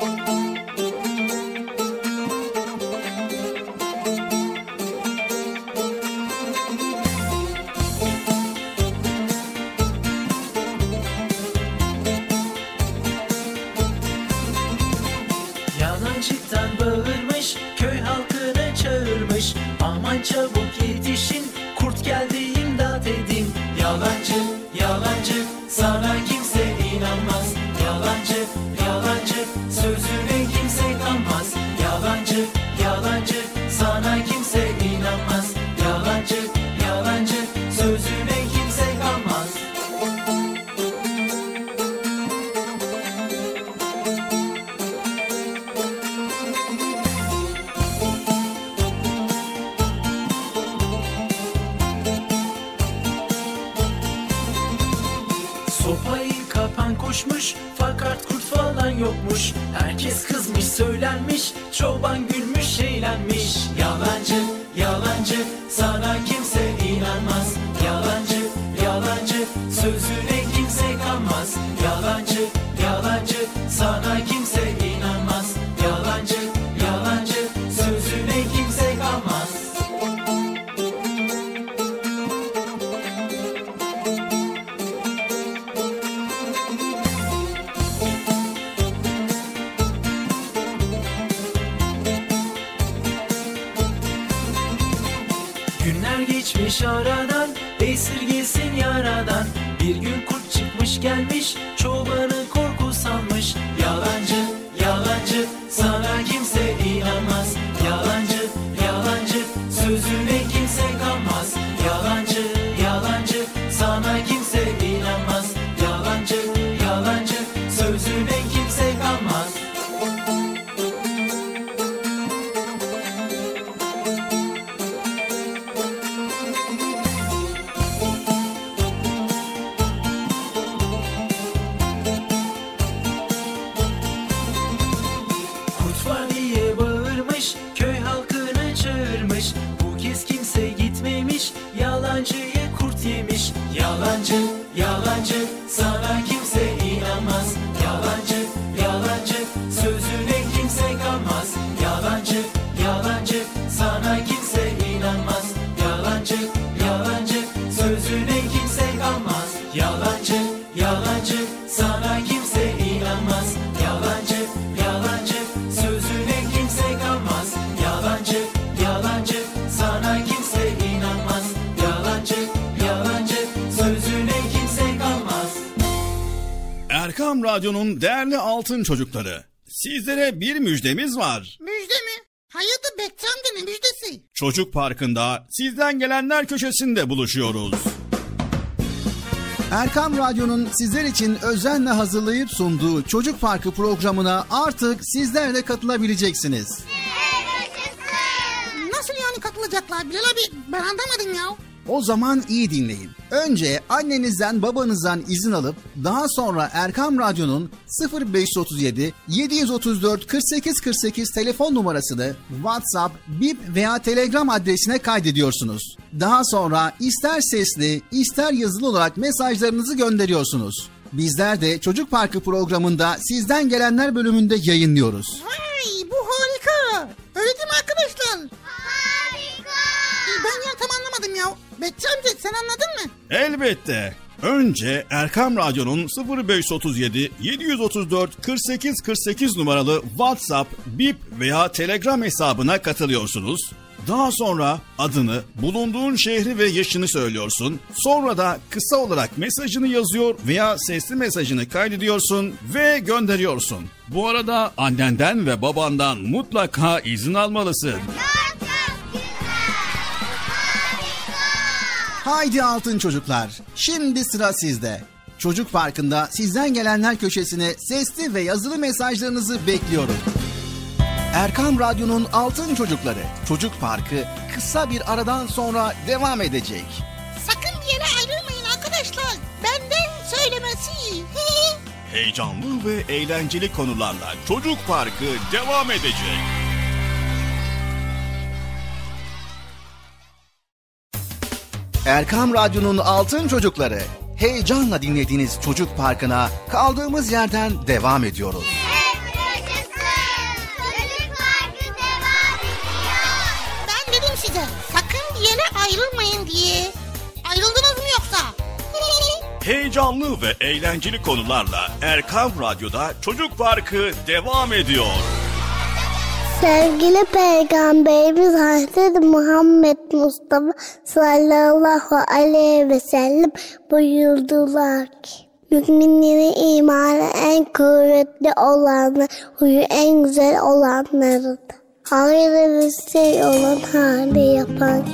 Yalancıktan bağırmış, köy halkını çağırmış. Aman çabuk yetişin, kurt geldi imdat edin. Yalancı, yalancı, sana kimse inanmaz. Yalancı, yalancı, sözüne kimse kanmaz. Yalancı, yalancı, sana kimse inanmaz. Yalancı, yalancı, sözüne kimse kanmaz. Sopayı kapan koşmuş, fakat kurt falan yokmuş. Herkes kızmış, söylenmiş, çoban gülmüş, eğlenmiş. Yalancı, yalancı, sana kimse inanmaz. Yalancı, yalancı, sözüne kimse kanmaz. Yalancı, yalancı, sana kimse inanmaz. Yalancı, yalancı, sözüne kimse kanmaz. Günler geçmiş aradan, esirgesin yaradan. Bir gün kurt çıkmış gelmiş, çobanı korku salmış. Yalancı, yalancı, sana kimse inanmaz. Yalancı, yalancı, sözüne kimse kanmaz. Yalancı, yalancı, sana kimse inanmaz. Yalancı, yalancı, sözüne kimse kanmaz. Kurt var diye bağırmış, köy halkını çağırmış. Bu kez kimse gitmemiş, yalancıyı kurt yemiş. Yalancı, yalancı, sana kimse inanmaz. Yalancı, yalancı, sözüne kimse kanmaz. Yalancı, yalancı, sana kimse inanmaz. Yalancı, yalancı, sözüne kimse kanmaz. Yalancı, yalancı, sana kimse inanmaz. Yalancı, yalancı, sözüne kimse kanmaz. Yalancı, yalancı, sana kimse inanmaz. Yalancı, yalancı, Erkam Radyo'nun değerli altın çocukları, sizlere bir müjdemiz var. Müjde mi? Hayırdır Bekçi amca, ne müjdesi? Çocuk Parkı'nda sizden gelenler köşesinde buluşuyoruz. Erkam Radyo'nun sizler için özenle hazırlayıp sunduğu Çocuk Parkı programına artık sizler de katılabileceksiniz. Nasıl yani katılacaklar Bilal abi? Ben anlamadım ya. O zaman iyi dinleyin. Önce annenizden babanızdan izin alıp daha sonra Erkam Radyo'nun 0537 734 48 48 telefon numarasını WhatsApp, Bip veya Telegram adresine kaydediyorsunuz. Daha sonra ister sesli ister yazılı olarak mesajlarınızı gönderiyorsunuz. Bizler de Çocuk Parkı programında sizden gelenler bölümünde yayınlıyoruz. Vay, bu harika. Öyle değil mi arkadaşlar? Harika. Ben ya tam anlamadım ya. Bekçi amca sen anladın mı? Elbette. Önce Erkam Radyo'nun 0537 734 48 48 numaralı WhatsApp, Bip veya Telegram hesabına katılıyorsunuz. Daha sonra adını, bulunduğun şehri ve yaşını söylüyorsun. Sonra da kısa olarak mesajını yazıyor veya sesli mesajını kaydediyorsun ve gönderiyorsun. Bu arada annenden ve babandan mutlaka izin almalısın. Haydi altın çocuklar, şimdi sıra sizde. Çocuk Parkı'nda sizden gelenler köşesine sesli ve yazılı mesajlarınızı bekliyorum. Erkam Radyo'nun altın çocukları, Çocuk Parkı kısa bir aradan sonra devam edecek. Sakın bir yere ayrılmayın arkadaşlar. Benden söylemesi. Heyecanlı ve eğlenceli konularla Çocuk Parkı devam edecek. Erkam Radyo'nun altın çocukları, heyecanla dinlediğiniz Çocuk Parkı'na kaldığımız yerden devam ediyoruz. Ben dedim size sakın bir yere ayrılmayın diye. Ayrıldınız mı yoksa? Heyecanlı ve eğlenceli konularla Erkam Radyo'da Çocuk Parkı devam ediyor. Sevgili Peygamberimiz Hazreti Muhammed Mustafa sallallahu aleyhi ve sellem buyurdular ki müminlerin imanı en kuvvetli olanı, huyu en güzel olanlarıdır. Hayırlı bir şey olan hali yapan.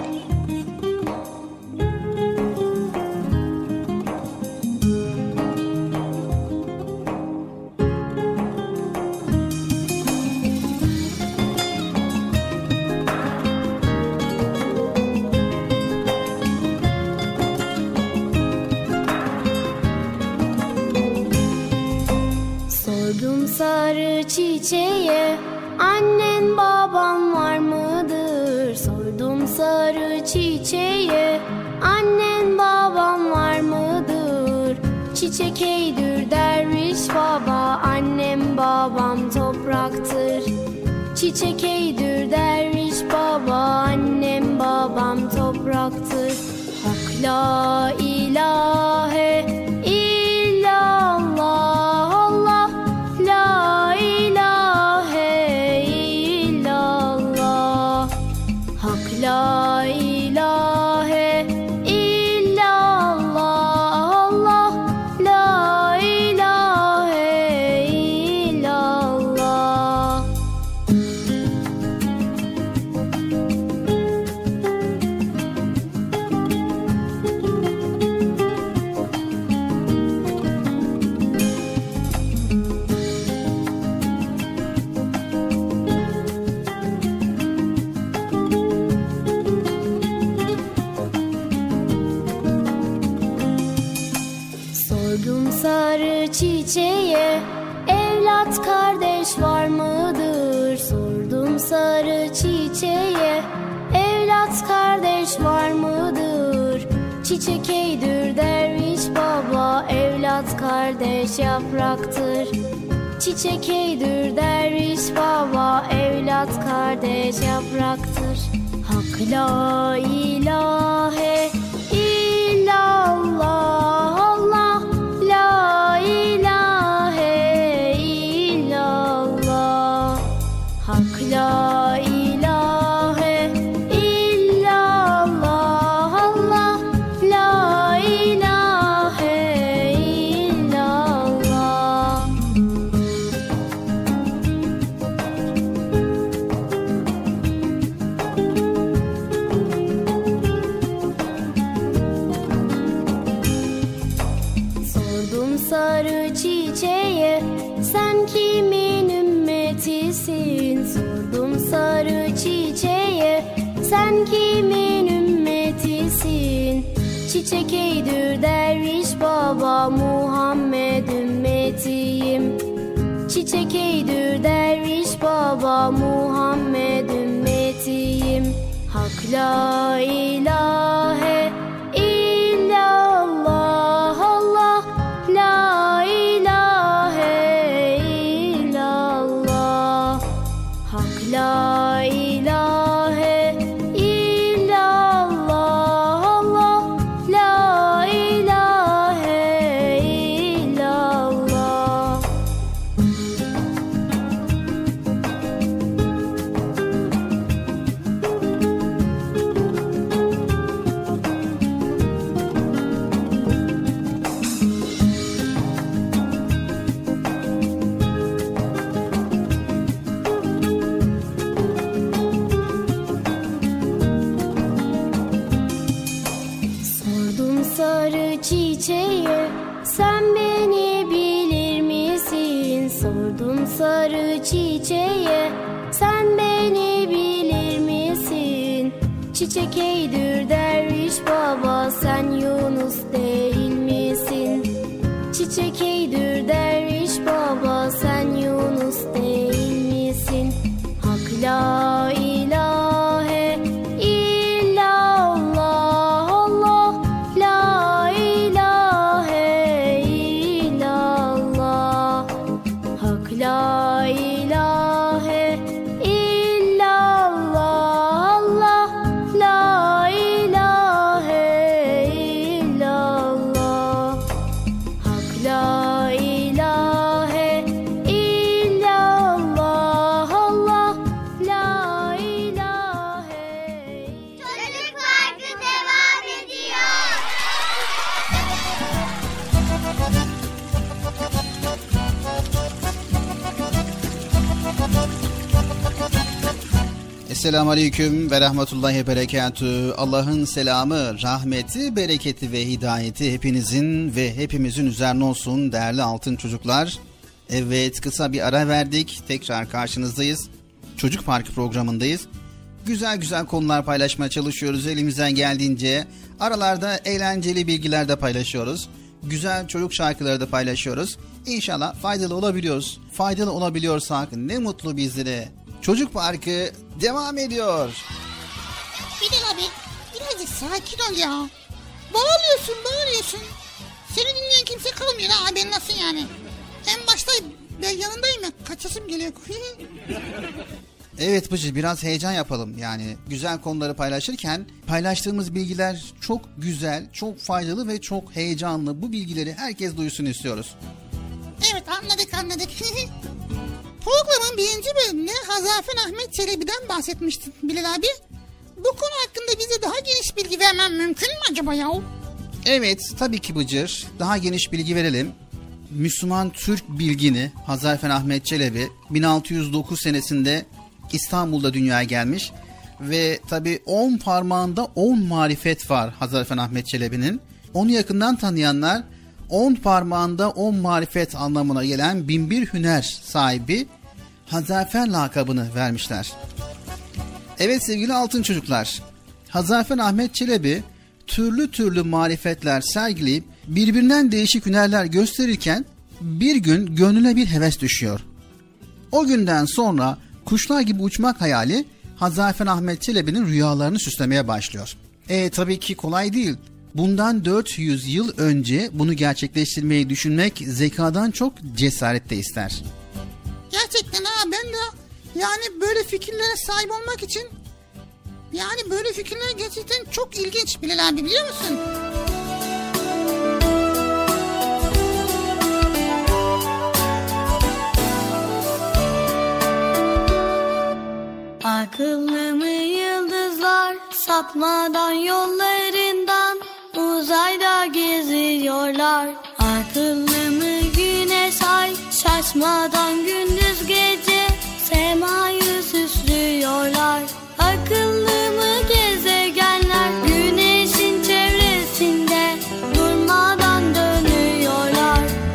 Sarı çiçeğe annen baban var mıdır? Sordum sarı çiçeğe annen baban var mıdır? Çiçek eydür derviş baba, annem babam topraktır. Çiçek eydür derviş baba, annem babam topraktır. Hak la ilahe illallah. La ilahe illallah. Hak la ilahe illallah. Allah la ilahe illallah. Sarı çiçeğe evlat kardeş var mıdır? Sordum sarı çiçeğe evlat kardeş var mıdır? Çiçek eydür derviş baba, evlat kardeş yapraktır. Çiçek eydür derviş baba, evlat kardeş yapraktır. Hak la ilahe illallah. La ilahe illallah. Hak la ilahe illallah. Allah la ilahe illallah. Sordum sarı çiçeğe, sen kimin ümmetisin? Sordum sarı çiçeğe, sen kimin ümmetisin? Çiçek eydür derviş baba, Muhammed ümmetiyim. Çiçek eydür derviş baba, Muhammed ümmetiyim. Hak la ilahe illallah, Allah la ilahe illallah. Hak la ilahe illallah, Allah la ilahe illallah. Sordum sarı çiçeğe, sen beni bilir misin? Sordum sarı çiçeğe, sen beni bilir misin? Çiçek eydür derviş baba, sen Yunus değil misin? Çiçek eydür derviş baba, sen Yunus değil misin? Hak la ilahe illallah, Allah la ilahe illallah. Hak la ilahe illallah, Allah la ilahe illallah. Hak la ilahe illallah, Allah la ilahe. Çocuk Parkı devam ediyor. Esselamu Aleyküm ve Rahmetullahi Berekatü. Allah'ın selamı, rahmeti, bereketi ve hidayeti hepinizin ve hepimizin üzerine olsun değerli altın çocuklar. Evet, kısa bir ara verdik. Tekrar karşınızdayız. Çocuk Parkı programındayız. Güzel güzel konular paylaşmaya çalışıyoruz elimizden geldiğince. Aralarda eğlenceli bilgiler de paylaşıyoruz. Güzel çocuk şarkıları da paylaşıyoruz. İnşallah faydalı olabiliyoruz. Faydalı olabiliyorsak ne mutlu bizlere. Çocuk Parkı devam ediyor. Bilal abi birazcık sakin ol ya. Bağırıyorsun. Seni dinleyen kimse kalmıyor ha, haberin nasıl yani? En başta ben yanındayım ya, kaçasım geliyor. Evet Bıcı, biraz heyecan yapalım. Yani güzel konuları paylaşırken paylaştığımız bilgiler çok güzel, çok faydalı ve çok heyecanlı. Bu bilgileri herkes duysun istiyoruz. Evet, anladık. Programın birinci bölümünde Hazarfen Ahmet Çelebi'den bahsetmiştin Bilal abi. Bu konu hakkında bize daha geniş bilgi vermen mümkün mü acaba ya? Evet, tabii ki Bıcır. Daha geniş bilgi verelim. Müslüman Türk bilgini Hazarfen Ahmet Çelebi 1609 senesinde İstanbul'da dünyaya gelmiş. Ve tabii 10 parmağında 10 marifet var Hazarfen Ahmet Çelebi'nin. Onu yakından tanıyanlar 10 parmağında 10 marifet anlamına gelen binbir hüner sahibi Hazarfen lakabını vermişler. Evet sevgili altın çocuklar, Hazarfen Ahmet Çelebi türlü türlü marifetler sergileyip birbirinden değişik hünerler gösterirken bir gün gönlüne bir heves düşüyor. O günden sonra kuşlar gibi uçmak hayali Hazarfen Ahmet Çelebi'nin rüyalarını süslemeye başlıyor. Tabii ki kolay değil. Bundan 400 yıl önce bunu gerçekleştirmeyi düşünmek zekadan çok cesaret de ister. Gerçekten ha, ben de yani böyle fikirlere sahip olmak için, yani böyle fikirler gerçekten çok ilginç Bilal abi, biliyor musun? Akıllı mı yıldızlar sapmadan yollarından uzayda geziyorlar. Akıllı mı güneş ay şaşmadan gündüz gece semayı süslüyorlar. Akıllı mı gezegenler güneşin çevresinde durmadan dönüyorlar.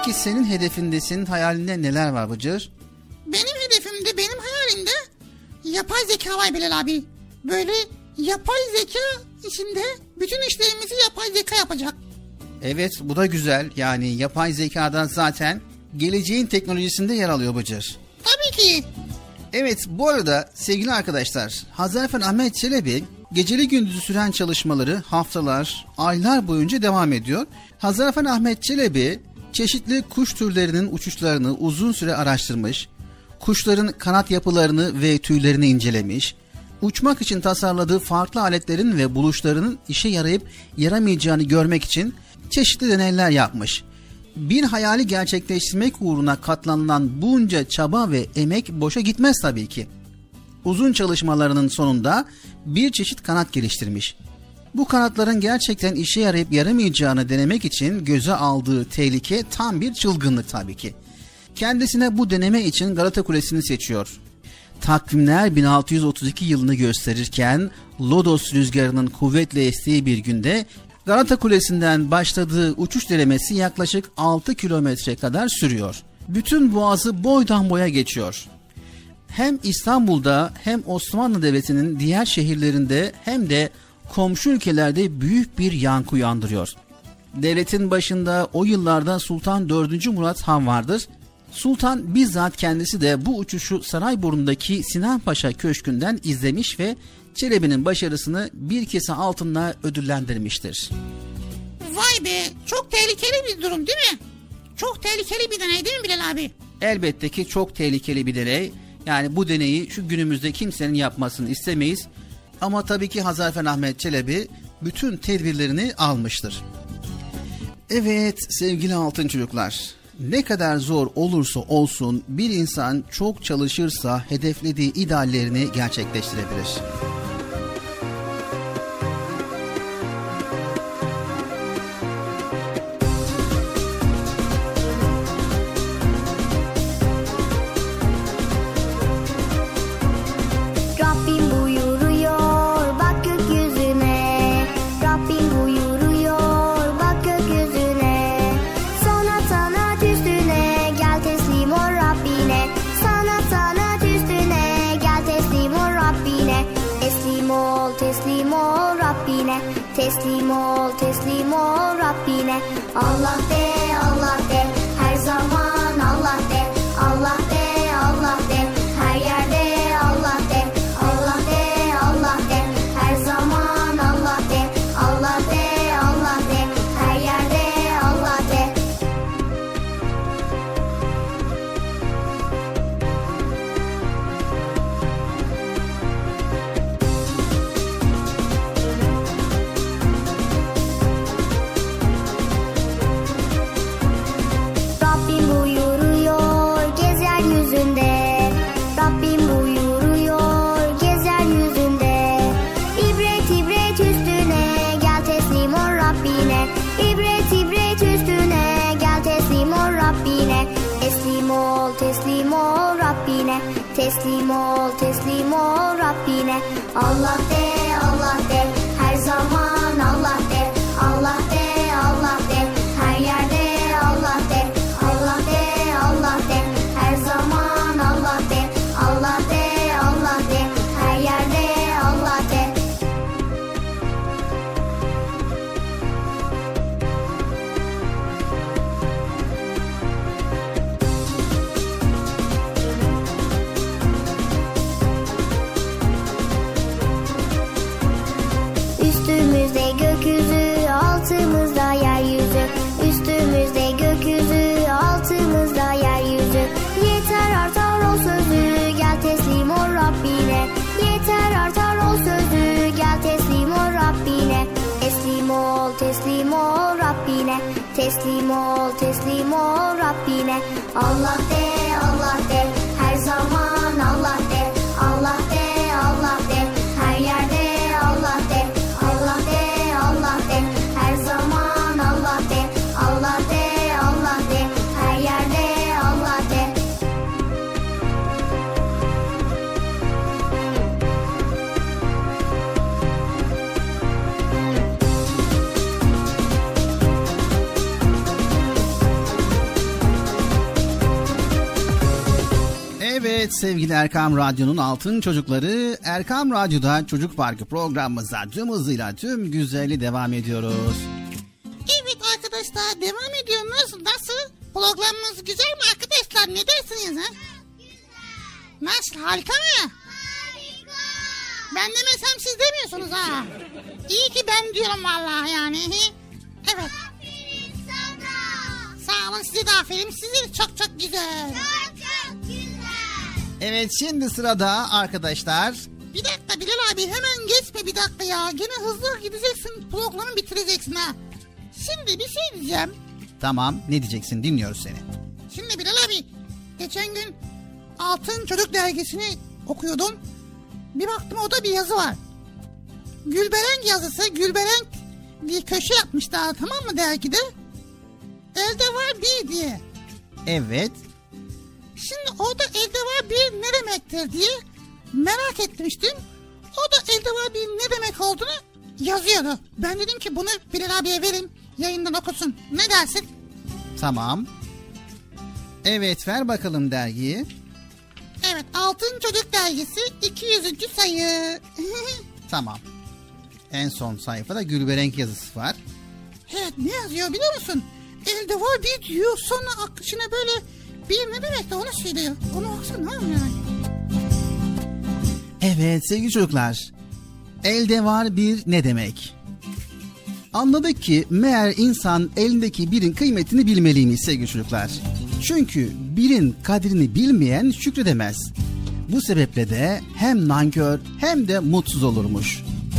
Peki senin hedefinde, senin hayalinde neler var Bıcır? Benim hedefimde, benim hayalimde yapay zeka var Bilal abi. Böyle yapay zeka içinde bütün işlerimizi yapay zeka yapacak. Evet, bu da güzel. Yani yapay zekadan zaten geleceğin teknolojisinde yer alıyor Bıcır. Tabii ki. Evet, bu arada sevgili arkadaşlar, Hazarfen Ahmet Çelebi geceli gündüzü süren çalışmaları haftalar, aylar boyunca devam ediyor. Hazarfen Ahmet Çelebi çeşitli kuş türlerinin uçuşlarını uzun süre araştırmış, kuşların kanat yapılarını ve tüylerini incelemiş, uçmak için tasarladığı farklı aletlerin ve buluşlarının işe yarayıp yaramayacağını görmek için çeşitli deneyler yapmış. Bir hayali gerçekleştirmek uğruna katlanılan bunca çaba ve emek boşa gitmez tabii ki. Uzun çalışmalarının sonunda bir çeşit kanat geliştirmiş. Bu kanatların gerçekten işe yarayıp yaramayacağını denemek için göze aldığı tehlike tam bir çılgınlık tabii ki. Kendisine bu deneme için Galata Kulesi'ni seçiyor. Takvimler 1632 yılını gösterirken lodos rüzgarının kuvvetle estiği bir günde Galata Kulesi'nden başladığı uçuş denemesi yaklaşık 6 kilometre kadar sürüyor. Bütün boğazı boydan boya geçiyor. Hem İstanbul'da hem Osmanlı Devleti'nin diğer şehirlerinde hem de komşu ülkelerde büyük bir yankı uyandırıyor. Devletin başında o yıllarda Sultan 4. Murat Han vardır. Sultan bizzat kendisi de bu uçuşu Sarayburnu'ndaki Sinan Paşa Köşkü'nden izlemiş ve Çelebi'nin başarısını bir kese altınla ödüllendirmiştir. Vay be, çok tehlikeli bir durum değil mi? Çok tehlikeli bir deney değil mi Bilal abi? Elbette ki çok tehlikeli bir deney. Yani bu deneyi şu günümüzde kimsenin yapmasını istemeyiz. Ama tabii ki Hazarfen Ahmet Çelebi bütün tedbirlerini almıştır. Evet sevgili altın çocuklar, ne kadar zor olursa olsun bir insan çok çalışırsa hedeflediği ideallerini gerçekleştirebilir. Teslim ol Rabbine. Allah de, Allah de, her zaman Allah de. Allah de, Allah de, her yerde Allah de. Allah de, Allah de, her zaman Allah de. Allah de, Allah de, her yerde Allah de. Teslim ol Rabbine. Allah de, Allah de, her zaman Allah de. Allah de, Allah de, her yerde Allah de. Allah de, Allah de, her zaman Allah de. Allah de, Allah de, her yerde Allah de. Üstümüzde gökyüzü, altımızda yeryüzü. Üstümüzde gökyüzü, altımızda yeryüzü. Yeter artar o sözü, gel teslim ol Rabbine. Yeter artar o sözü, gel teslim ol Rabbine. Teslim ol Rabbine. Teslim ol Rabbine. Allah de, Allah de, her zaman Allah de. Allah de, Allah de, her yerde Allah de. Allah de, Allah de, her zaman Allah de. Allah de, Allah de, her yerde Allah de. Evet sevgili Erkam Radyo'nun altın çocukları, Erkam Radyo'da Çocuk Parkı programımıza tüm hızıyla tüm güzelliği devam ediyoruz. Evet arkadaşlar, devam ediyoruz. Nasıl? Programımız güzel mi arkadaşlar? Ne dersiniz ha? Nasıl? Harika mı? Harika. Ben demesem siz demiyorsunuz ha. İyi ki ben diyorum vallahi yani. Evet. Aferin sana. Sağ olun, size de aferin. Size de çok çok güzel. Çok güzel. Evet, şimdi sırada arkadaşlar. Bir dakika Bilal abi, hemen geçme bir dakika ya. Gene hızlı gideceksin, programı bitireceksin ha. Şimdi bir şey diyeceğim. Tamam, ne diyeceksin, dinliyoruz seni. Şimdi Bilal abi, geçen gün Altın Çocuk Dergisi'ni okuyordum. Bir baktım orada bir yazı var. Gülberenk yazısı. Gülberenk bir köşe yapmışlar, tamam mı, dergide? Elde var bir diye. Evet. Şimdi orada elde var bir ne demektir diye merak etmiştim. O da elde var bir ne demek olduğunu yazıyordu. Ben dedim ki bunu Bilal abiye verin, yayından okusun. Ne dersin? Tamam. Evet, ver bakalım dergiyi. Evet, Altın Çocuk Dergisi 200. sayı. Tamam. En son sayfada Gülberenk yazısı var. Evet, ne yazıyor biliyor musun? Elde var bir diyor, sonra akışına böyle bir ne demek de onu söylüyor. Onu okusana yani. Evet sevgili çocuklar, elde var bir ne demek? Anladık ki meğer insan elindeki birin kıymetini bilmeliymiş sevgili çocuklar. Çünkü birin kadrini bilmeyen şükredemez. Bu sebeple de hem nankör hem de mutsuz olurmuş.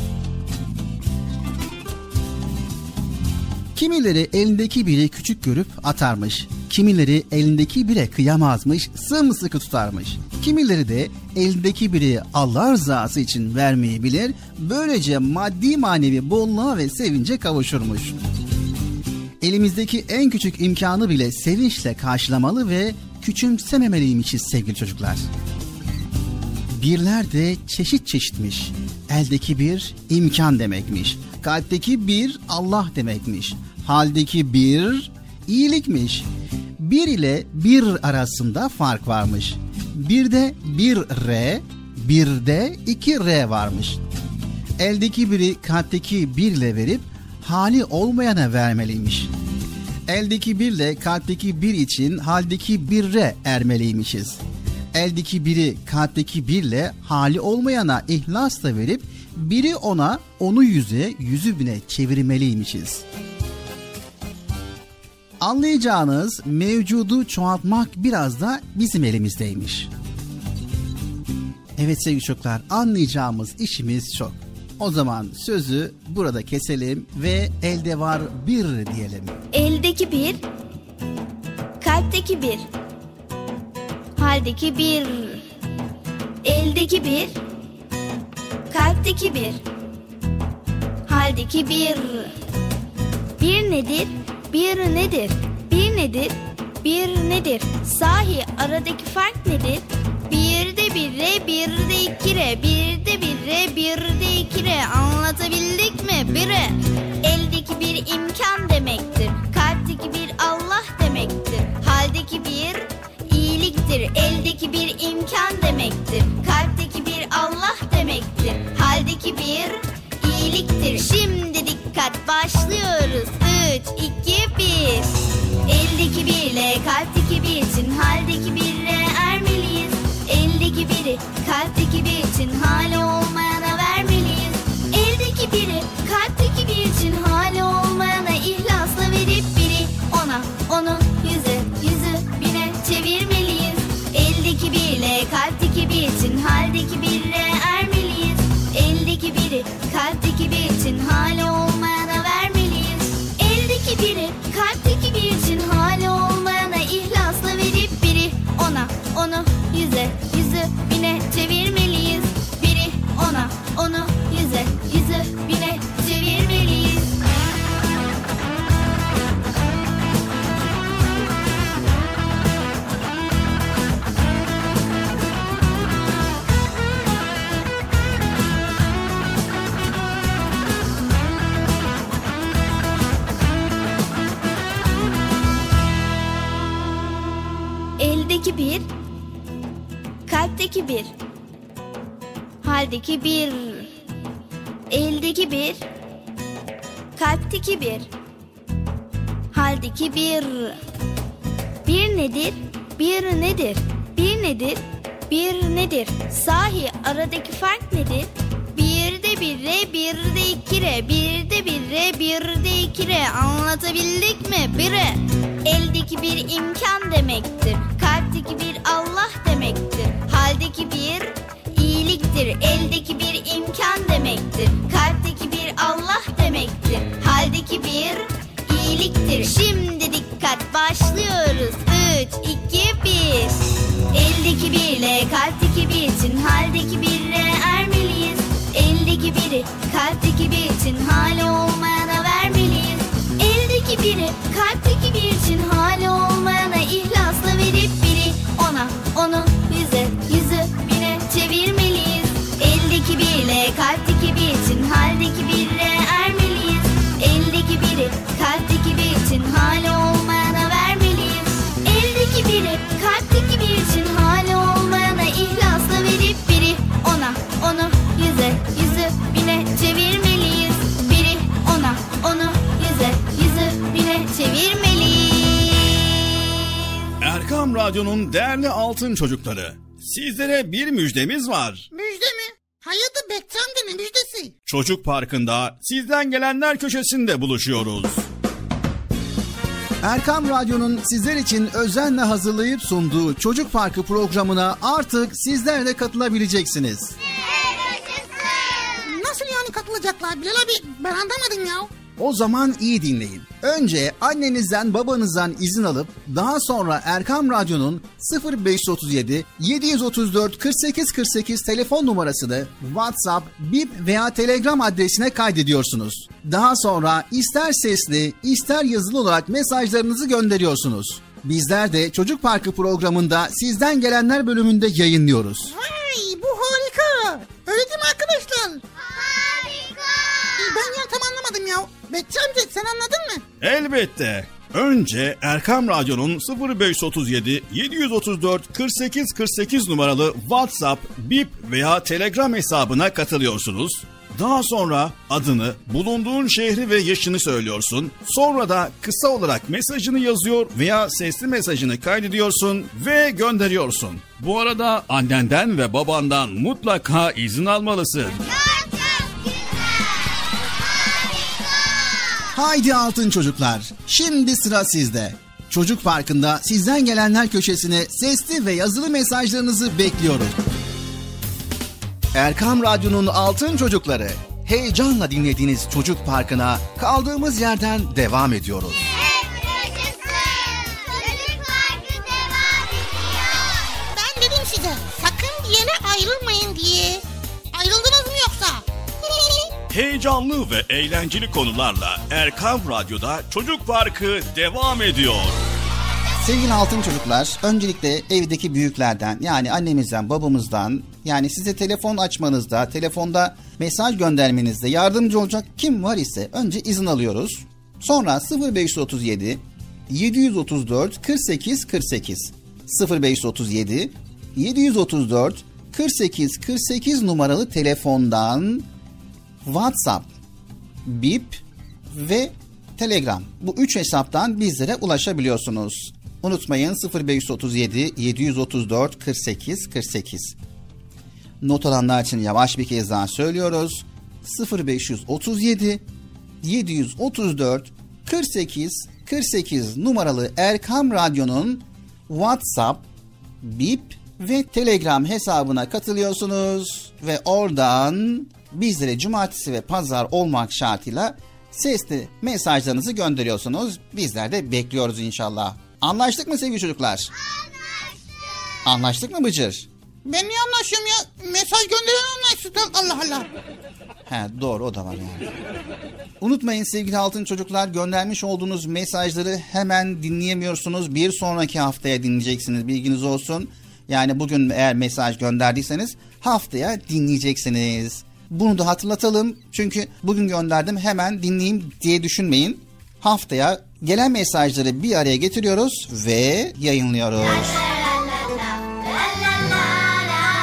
Kimileri elindeki biri küçük görüp atarmış. Kimileri elindeki bire kıyamazmış, sımsıkı tutarmış. Kimileri de elindeki biri Allah rızası için vermeyi bilir, böylece maddi manevi bolluğa ve sevince kavuşurmuş. Elimizdeki en küçük imkanı bile sevinçle karşılamalı ve küçümsememeliymişiz sevgili çocuklar. Birler de çeşit çeşitmiş. Eldeki bir imkan demekmiş. Kalpteki bir Allah demekmiş. Haldeki bir iyilikmiş. Bir ile bir arasında fark varmış. Birde bir R, birde iki R varmış. Eldeki biri kalpteki birle verip hali olmayana vermeliymiş. Eldeki birle kalpteki bir için haldeki birre ermeliymişiz. Eldeki biri kalpteki birle hali olmayana ihlasla verip biri ona, onu yüze, yüzü bine çevirmeliymişiz. Anlayacağınız mevcudu çoğaltmak biraz da bizim elimizdeymiş. Evet sevgili çocuklar, anlayacağımız işimiz çok. O zaman sözü burada keselim ve elde var bir diyelim. Eldeki bir, kalpteki bir, haldeki bir. Eldeki bir, kalpteki bir, haldeki bir. Bir nedir? Bir nedir? Bir nedir? Bir nedir? Sahi aradaki fark nedir? Bir de bir re, bir de iki re, bir de bir re, bir de iki re. Anlatabildik mi? Bire. Eldeki bir imkan demektir. Kalpteki bir Allah demektir. Haldeki bir iyiliktir. Eldeki bir imkan demektir. Kalpteki bir Allah demektir. Haldeki bir iyiliktir. Şimdi dikkat, başlıyoruz. 3, 2, 1. Eldeki birle kalpteki bir için haldeki birle ermeliyiz. Eldeki biri kalpteki bir için hali olmayana vermeliyiz. Eldeki biri kalpteki bir için hali olmayana ihlasla verip biri ona, onu yüze, yüzü bine çevirmeliyiz. Eldeki birle kalpteki bir için haldeki birle ermeliyiz. Eldeki biri kalpteki bir için hali olmayana vermeliyiz. Eldeki biri kalpteki bir için hali olmayana ihlasla verip biri ona, onu yüze, yüzü bine çevirmeliyiz. Biri ona, onu yüze, yüzü bine çevirmeliyiz. Eldeki bir, kalpteki bir, haldeki bir, eldeki bir, kalpteki bir, haldeki bir. Bir nedir, bir nedir, bir nedir, bir nedir? Sahi aradaki fark nedir? Bir de bir re, bir de iki re, bir de bir re, bir de iki re. Anlatabildik mi? Bire. Eldeki bir imkan demektir. Kalpteki bir Allah demektir. Haldeki bir iyiliktir. Eldeki bir imkan demektir. Kalpteki bir Allah demektir. Haldeki bir iyiliktir. Şimdi dikkat, başlıyoruz. 3, 2, 1. Eldeki birle kalpteki bir için haldeki birle ermeliyiz. Eldeki biri kalpteki bir için hali olmayana vermeliyiz. Eldeki biri kalpteki bir için hali olmayana ihlasla verip biri ona, onu yüze, yüzü bine çevirmeliyiz. Eldeki birle kalpteki bir için haldeki birle ermeliyiz. Eldeki biri kalpteki bir için hali olmayana vermeliyiz. Eldeki biri kalpteki bir için hali olmayana ihlasla verip biri ona, onu yüze, yüzü bine çevirmeliyiz. Biri ona, onu yüze, yüzü bine çevirmeliyiz. Erkam Radyo'nun değerli altın çocukları, sizlere bir müjdemiz var. Müjde mi? Hayırdır Bekçi amca, ne müjdesi? Çocuk Parkı'nda sizden gelenler köşesinde buluşuyoruz. Erkam Radyo'nun sizler için özenle hazırlayıp sunduğu Çocuk Parkı programına artık sizler de katılabileceksiniz. Nasıl yani katılacaklar Bilal abi? Ben anlamadım ya. O zaman iyi dinleyin. Önce annenizden babanızdan izin alıp daha sonra Erkam Radyo'nun 0537 734 48 48 telefon numarasını WhatsApp, Bip veya Telegram adresine kaydediyorsunuz. Daha sonra ister sesli ister yazılı olarak mesajlarınızı gönderiyorsunuz. Bizler de Çocuk Parkı programında sizden gelenler bölümünde yayınlıyoruz. Vay, bu harika. Öyle değil mi arkadaşlar? Harika. Ben ya tam anlamadım ya. Bekçi amca sen anladın mı? Elbette. Önce Erkam Radyo'nun 0537 734 48 48 numaralı WhatsApp, Bip veya Telegram hesabına katılıyorsunuz. Daha sonra adını, bulunduğun şehri ve yaşını söylüyorsun. Sonra da kısa olarak mesajını yazıyor veya sesli mesajını kaydediyorsun ve gönderiyorsun. Bu arada annenden ve babandan mutlaka izin almalısın. Haydi altın çocuklar, şimdi sıra sizde. Çocuk Parkı'nda sizden gelenler köşesine sesli ve yazılı mesajlarınızı bekliyoruz. Erkam Radyo'nun altın çocukları, heyecanla dinlediğiniz Çocuk Parkı'na kaldığımız yerden devam ediyoruz. Ben dedim size sakın bir yere ayrılmayın diye. Ayrıldınız mı yoksa? Heyecanlı ve eğlenceli konularla Erkam Radyo'da Çocuk Parkı devam ediyor. Sevgili altın çocuklar, öncelikle evdeki büyüklerden, yani annemizden, babamızdan, yani size telefon açmanızda, telefonda mesaj göndermenizde yardımcı olacak kim var ise önce izin alıyoruz. Sonra 0537 734 48 48 0537 734 48 48 numaralı telefondan WhatsApp, Bip ve Telegram, bu 3 hesaptan bizlere ulaşabiliyorsunuz. Unutmayın 0537 734 48 48. Not alanlar için yavaş bir kez daha söylüyoruz. 0537 734 48 48 numaralı Erkam Radyo'nun WhatsApp, Bip ve Telegram hesabına katılıyorsunuz ve oradan bizlere cumartesi ve pazar olmak şartıyla sesli mesajlarınızı gönderiyorsunuz. Bizler de bekliyoruz inşallah. Anlaştık mı sevgili çocuklar? Anlaştık. Anlaştık mı Bıcır? Ben niye anlaşıyorum ya? Mesaj gönderen anlaşsın. Allah Allah. He, doğru, o da var yani. Unutmayın sevgili altın çocuklar, göndermiş olduğunuz mesajları hemen dinleyemiyorsunuz. Bir sonraki haftaya dinleyeceksiniz, bilginiz olsun. Yani bugün eğer mesaj gönderdiyseniz haftaya dinleyeceksiniz. Bunu da hatırlatalım. Çünkü bugün gönderdim hemen dinleyeyim diye düşünmeyin. Haftaya gelen mesajları bir araya getiriyoruz ve yayınlıyoruz.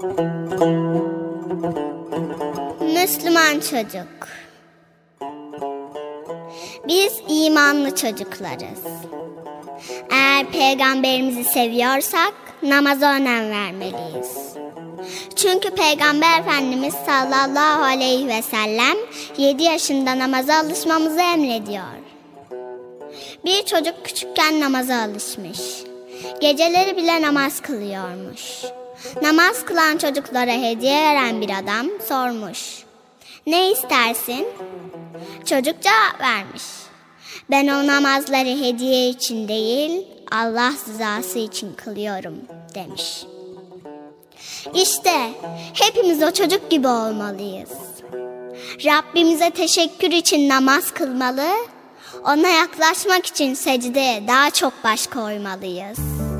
Müslüman çocuk. Biz imanlı çocuklarız. Eğer peygamberimizi seviyorsak namaza önem vermeliyiz. Çünkü Peygamber Efendimiz sallallahu aleyhi ve sellem 7 yaşında namaza alışmamızı emrediyor. Bir çocuk küçükken namaza alışmış. Geceleri bile namaz kılıyormuş. Namaz kılan çocuklara hediye veren bir adam sormuş. Ne istersin? Çocuk cevap vermiş. Ben o namazları hediye için değil, Allah rızası için kılıyorum demiş. İşte hepimiz o çocuk gibi olmalıyız. Rabbimize teşekkür için namaz kılmalı, ona yaklaşmak için secdeye daha çok baş koymalıyız.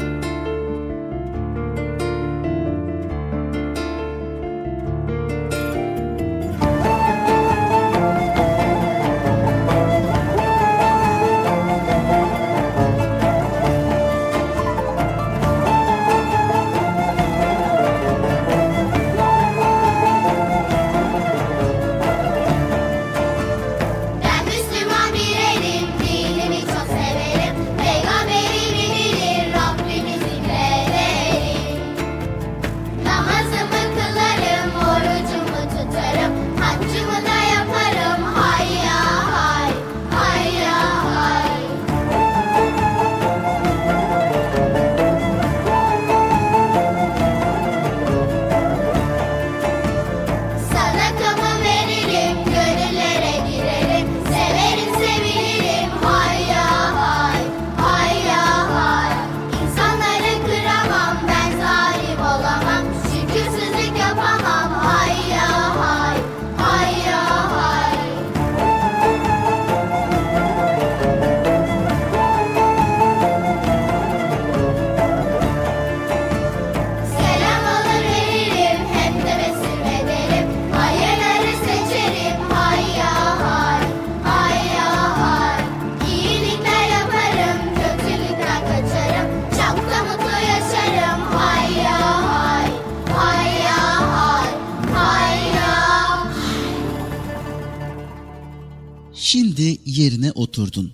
Şimdi yerine oturdun.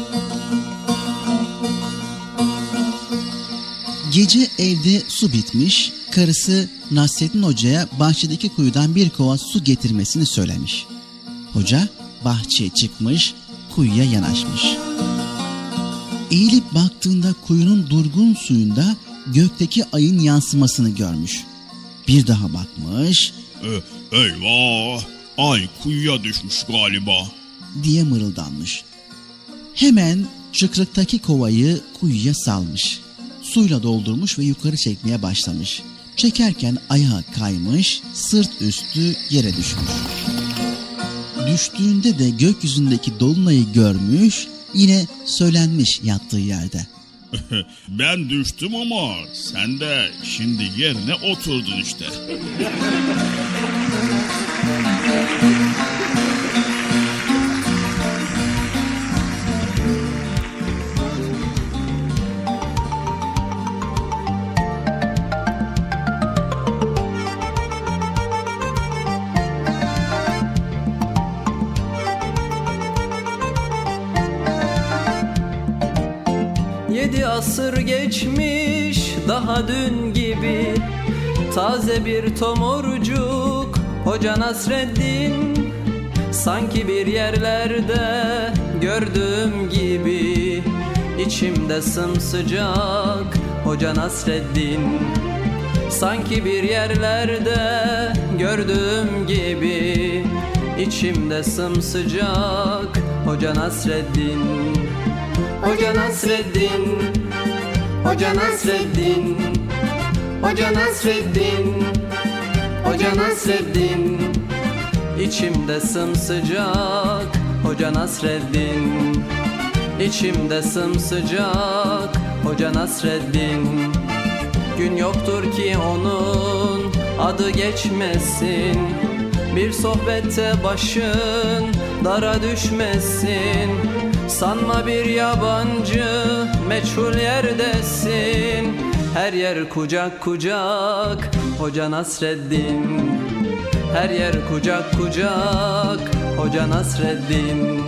Gece evde su bitmiş, karısı Nasrettin Hoca'ya bahçedeki kuyudan bir kova su getirmesini söylemiş. Hoca bahçeye çıkmış, kuyuya yanaşmış. Eğilip baktığında kuyunun durgun suyunda gökteki ayın yansımasını görmüş. Bir daha bakmış. Eyvah, ay kuyuya düşmüş galiba diye mırıldanmış. Hemen çıkrıktaki kovayı kuyuya salmış. Suyla doldurmuş ve yukarı çekmeye başlamış. Çekerken ayağı kaymış, sırt üstü yere düşmüş. Düştüğünde de gökyüzündeki dolunayı görmüş, yine söylenmiş yattığı yerde. Ben düştüm ama sen de şimdi yerine oturdun işte. Asır geçmiş daha dün gibi, taze bir tomurcuk Hoca Nasreddin. Sanki bir yerlerde gördüğüm gibi, içimde sımsıcak Hoca Nasreddin. Sanki bir yerlerde gördüğüm gibi, içimde sımsıcak Hoca Nasreddin. Hoca Nasreddin, Hoca Nasreddin, Hoca Nasreddin, Hoca Nasreddin. İçimde sımsıcak Hoca Nasreddin. İçimde sımsıcak Hoca Nasreddin. Gün yoktur ki onun adı geçmesin, bir sohbette başın dara düşmesin. Sanma bir yabancı meçhul yerdesin, her yer kucak kucak Hoca Nasreddin. Her yer kucak kucak Hoca Nasreddin.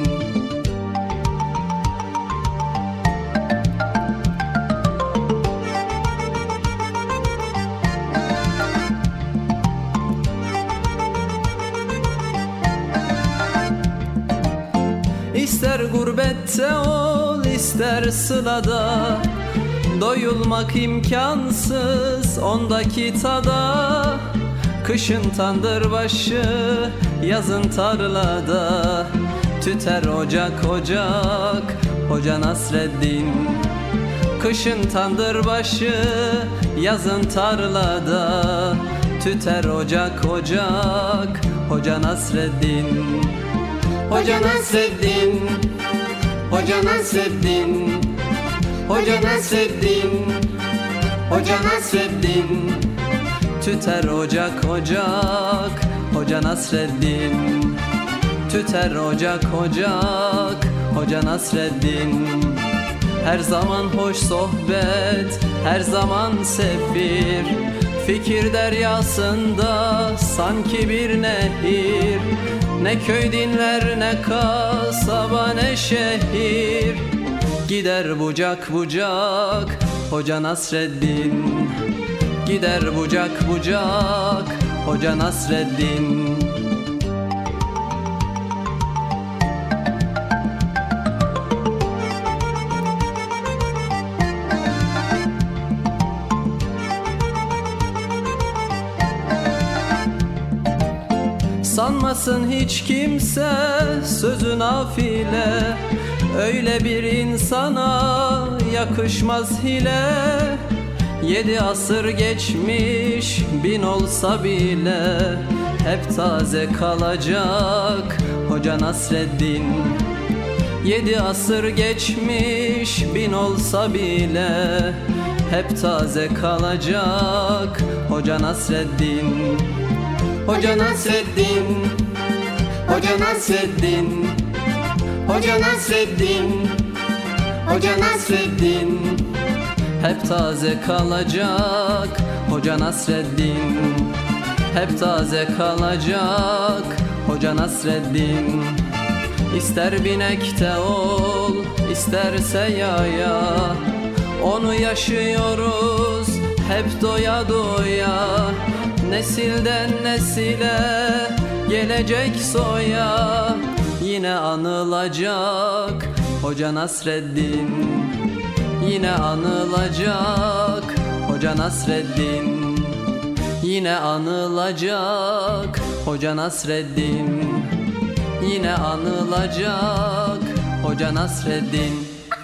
İster gurbette ol, ister sılada, doyulmak imkansız ondaki tada. Kışın tandırbaşı, yazın tarlada, tüter ocak ocak Hoca Nasreddin. Kışın tandırbaşı, yazın tarlada, tüter ocak ocak Hoca Nasreddin. Hoca Nasreddin, Hoca Nasreddin, Hoca Nasreddin, Hoca Nasreddin. Tüter ocak ocak Hoca Nasreddin. Tüter ocak ocak Hoca Nasreddin. Her zaman hoş sohbet, her zaman sefir, fikir deryasında sanki bir nehir. Ne köy dinler, ne kasaba, ne şehir, gider bucak bucak Hoca Nasreddin. Gider bucak bucak Hoca Nasreddin. Sanmasın hiç kimse sözü nafile, öyle bir insana yakışmaz hile. 7 asır geçmiş 1000 olsa bile, hep taze kalacak Hoca Nasreddin. 7 asır geçmiş 1000 olsa bile, hep taze kalacak Hoca Nasreddin. Hoca Nasreddin, Hoca Nasreddin, Hoca Nasreddin, Hoca Nasreddin. Hep taze kalacak Hoca Nasreddin. Hep taze kalacak Hoca Nasreddin. İster binekte ol, isterse yaya, onu yaşıyoruz hep doya doya. Nesilden nesile gelecek soya, yine anılacak Hoca Nasreddin. Yine anılacak Hoca Nasreddin. Yine anılacak Hoca Nasreddin. Yine anılacak Hoca Nasreddin.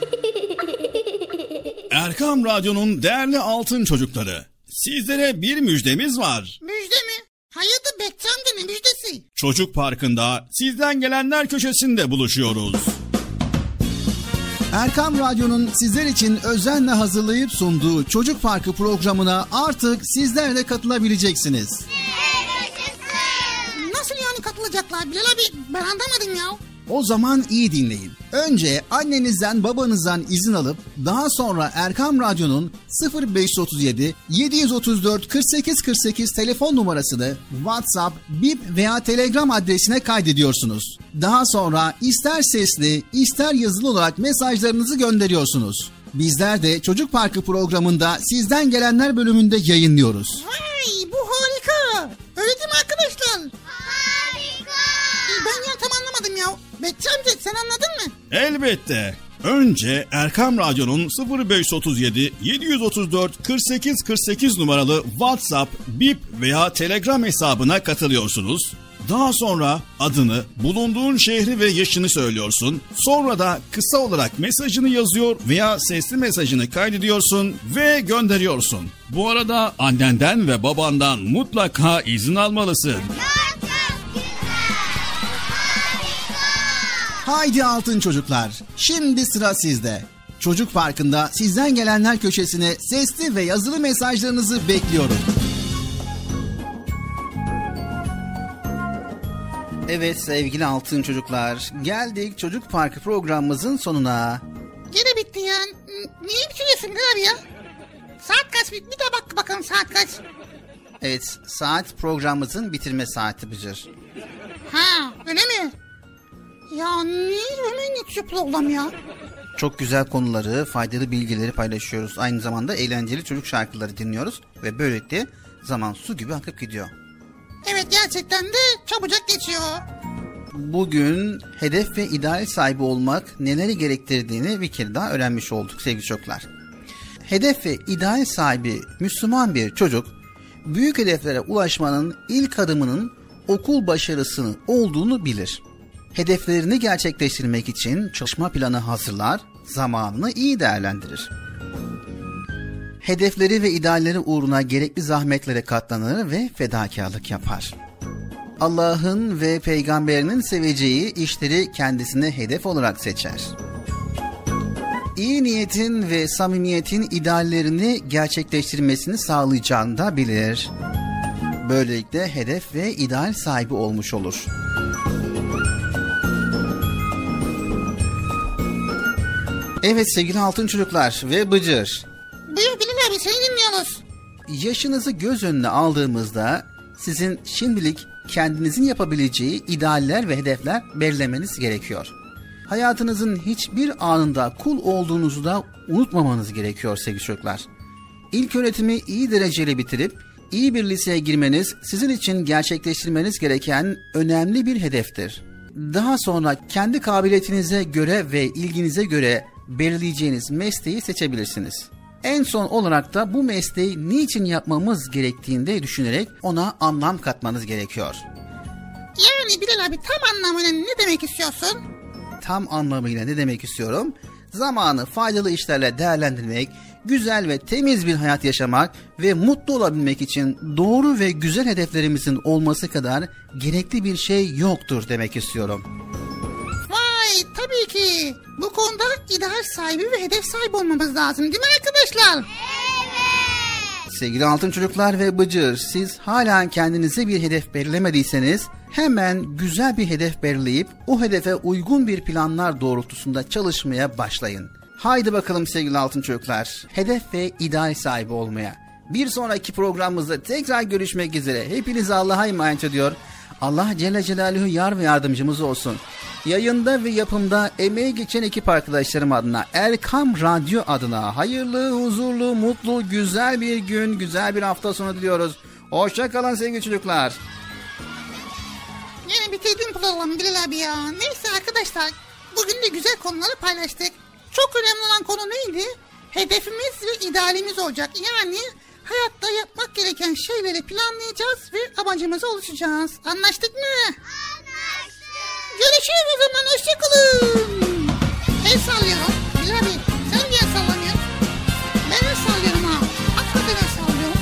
Erkam Radyo'nun değerli altın çocukları, sizlere bir müjdemiz var. Müjde mi? Hayırdır Bekçi amca, ne müjdesi? Çocuk Parkı'nda sizden gelenler köşesinde buluşuyoruz. Erkam Radyo'nun sizler için özenle hazırlayıp sunduğu Çocuk Parkı programına artık sizler de katılabileceksiniz. Nasıl yani katılacaklar Bilal abi? Ben anlamadım ya. O zaman iyi dinleyin. Önce annenizden babanızdan izin alıp daha sonra Erkam Radyo'nun 0537 734 48 48 telefon numarasını WhatsApp, Bip veya Telegram adresine kaydediyorsunuz. Daha sonra ister sesli ister yazılı olarak mesajlarınızı gönderiyorsunuz. Bizler de Çocuk Parkı programında sizden gelenler bölümünde yayınlıyoruz. Vay, bu harika. Öyle değil mi arkadaşlar? Harika. Ben ya tam anlamadım ya. Bekçi amca sen anladın mı? Elbette. Önce Erkam Radyo'nun 0537 734 48 48 numaralı WhatsApp, Bip veya Telegram hesabına katılıyorsunuz. Daha sonra adını, bulunduğun şehri ve yaşını söylüyorsun. Sonra da kısa olarak mesajını yazıyor veya sesli mesajını kaydediyorsun ve gönderiyorsun. Bu arada annenden ve babandan mutlaka izin almalısın. Haydi altın çocuklar, şimdi sıra sizde. Çocuk Parkı'nda sizden gelenler köşesine sesli ve yazılı mesajlarınızı bekliyorum. Evet sevgili altın çocuklar, geldik Çocuk Parkı programımızın sonuna. Gene bitti ya. Niye bitiriyorsun Bilal abi ya? Saat kaç? Bir de bak bakalım saat kaç. Evet, saat programımızın bitirme saati Bıcır. Ha, öyle mi? Ya niye hemen geçiyor program ya? Çok güzel konuları, faydalı bilgileri paylaşıyoruz. Aynı zamanda eğlenceli çocuk şarkıları dinliyoruz ve böylelikle zaman su gibi akıp gidiyor. Evet, gerçekten de çabucak geçiyor. Bugün hedef ve ideal sahibi olmak neleri gerektirdiğini bir kere daha öğrenmiş olduk sevgili çocuklar. Hedef ve ideal sahibi Müslüman bir çocuk, büyük hedeflere ulaşmanın ilk adımının okul başarısının olduğunu bilir. Hedeflerini gerçekleştirmek için çalışma planı hazırlar, zamanını iyi değerlendirir. Hedefleri ve idealleri uğruna gerekli zahmetlere katlanır ve fedakarlık yapar. Allah'ın ve peygamberinin seveceği işleri kendisine hedef olarak seçer. İyi niyetin ve samimiyetin ideallerini gerçekleştirmesini sağlayacağını da bilir. Böylelikle hedef ve ideal sahibi olmuş olur. Evet sevgili altın çocuklar ve Bıcır. Buyur Bilal abi, seni dinliyoruz. Yaşınızı göz önüne aldığımızda sizin şimdilik kendinizin yapabileceği idealler ve hedefler belirlemeniz gerekiyor. Hayatınızın hiçbir anında kul olduğunuzu da unutmamanız gerekiyor sevgili çocuklar. İlköğretimi iyi dereceyle bitirip iyi bir liseye girmeniz sizin için gerçekleştirmeniz gereken önemli bir hedeftir. Daha sonra kendi kabiliyetinize göre ve ilginize göre belirleyeceğiniz mesleği seçebilirsiniz. En son olarak da bu mesleği niçin yapmamız gerektiğinde düşünerek ona anlam katmanız gerekiyor. Yani Bilal abi, tam anlamıyla ne demek istiyorsun? Tam anlamıyla ne demek istiyorum? Zamanı faydalı işlerle değerlendirmek, güzel ve temiz bir hayat yaşamak ve mutlu olabilmek için doğru ve güzel hedeflerimizin olması kadar gerekli bir şey yoktur demek istiyorum. Vay, tabii ki. Bu konuda ideal sahibi ve hedef sahibi olmamız lazım değil mi arkadaşlar? Sevgili altın çocuklar ve Bıcır, siz hala kendinize bir hedef belirlemediyseniz hemen güzel bir hedef belirleyip o hedefe uygun bir planlar doğrultusunda çalışmaya başlayın. Haydi bakalım sevgili altın çocuklar, hedef ve ideal sahibi olmaya. Bir sonraki programımızda tekrar görüşmek üzere. Hepinizi Allah'a emanet ediyor. Allah Celle Celaluhu yar ve yardımcımız olsun. Yayında ve yapımda emeği geçen ekip arkadaşlarım adına, Erkam Radyo adına hayırlı, huzurlu, mutlu, güzel bir gün, güzel bir hafta sonu diliyoruz. Hoşça kalın sevgili çocuklar. Yine bitirdim programı Bilal abi ya. Neyse arkadaşlar, bugün de güzel konuları paylaştık. Çok önemli olan konu neydi? Hedefimiz ve idealimiz olacak. Yani hayatta yapmak gereken şeyleri planlayacağız ve amacımıza ulaşacağız. Anlaştık mı? Anlaştık. Görüşürüz o zaman, hoşçakalın. El sallıyorum. Bilal abi, sen niye sallamıyorsun? Ben el sallıyorum ha. Hakikaten el sallıyorum.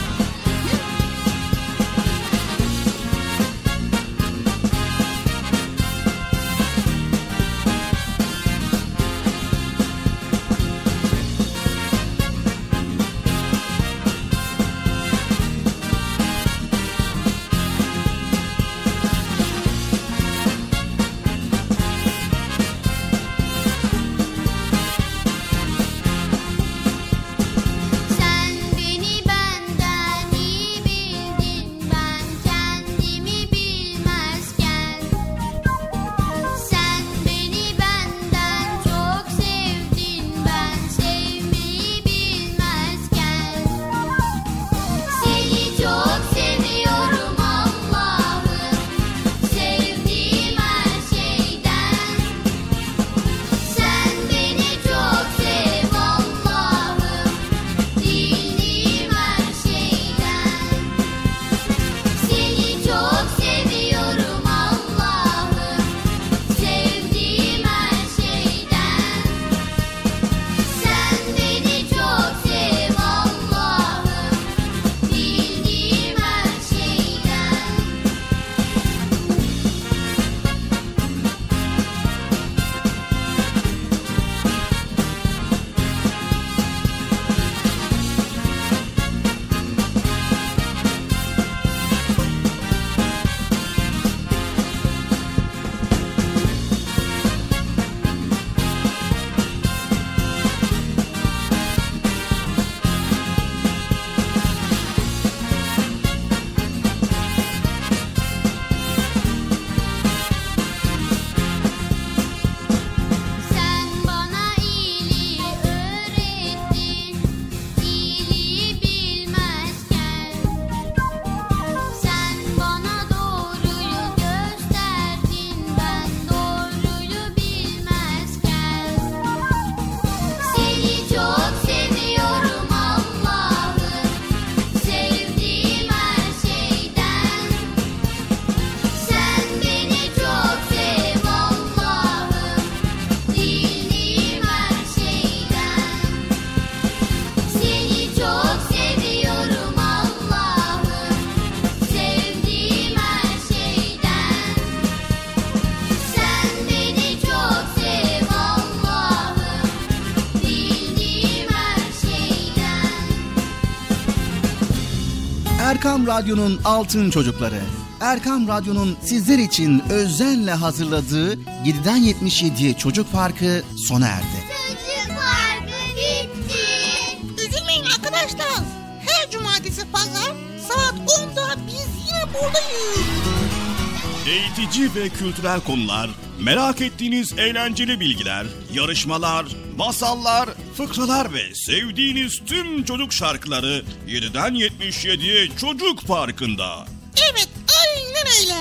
Erkam Radyo'nun Altın Çocukları. Erkam Radyo'nun sizler için özenle hazırladığı 7'den 77'ye Çocuk Parkı sona erdi. Çocuk Parkı bitti. Üzülmeyin arkadaşlar. Her cumartesi pazar saat 10'da biz yine buradayız. Eğitici ve kültürel konular, merak ettiğiniz eğlenceli bilgiler, yarışmalar, masallar, fıkralar ve sevdiğiniz tüm çocuk şarkıları 7'den 77'ye Çocuk Parkı'nda. Evet, aynen öyle.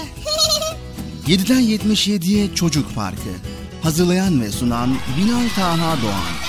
7'den 77'ye Çocuk Parkı. Hazırlayan ve sunan Binal Taha Doğan.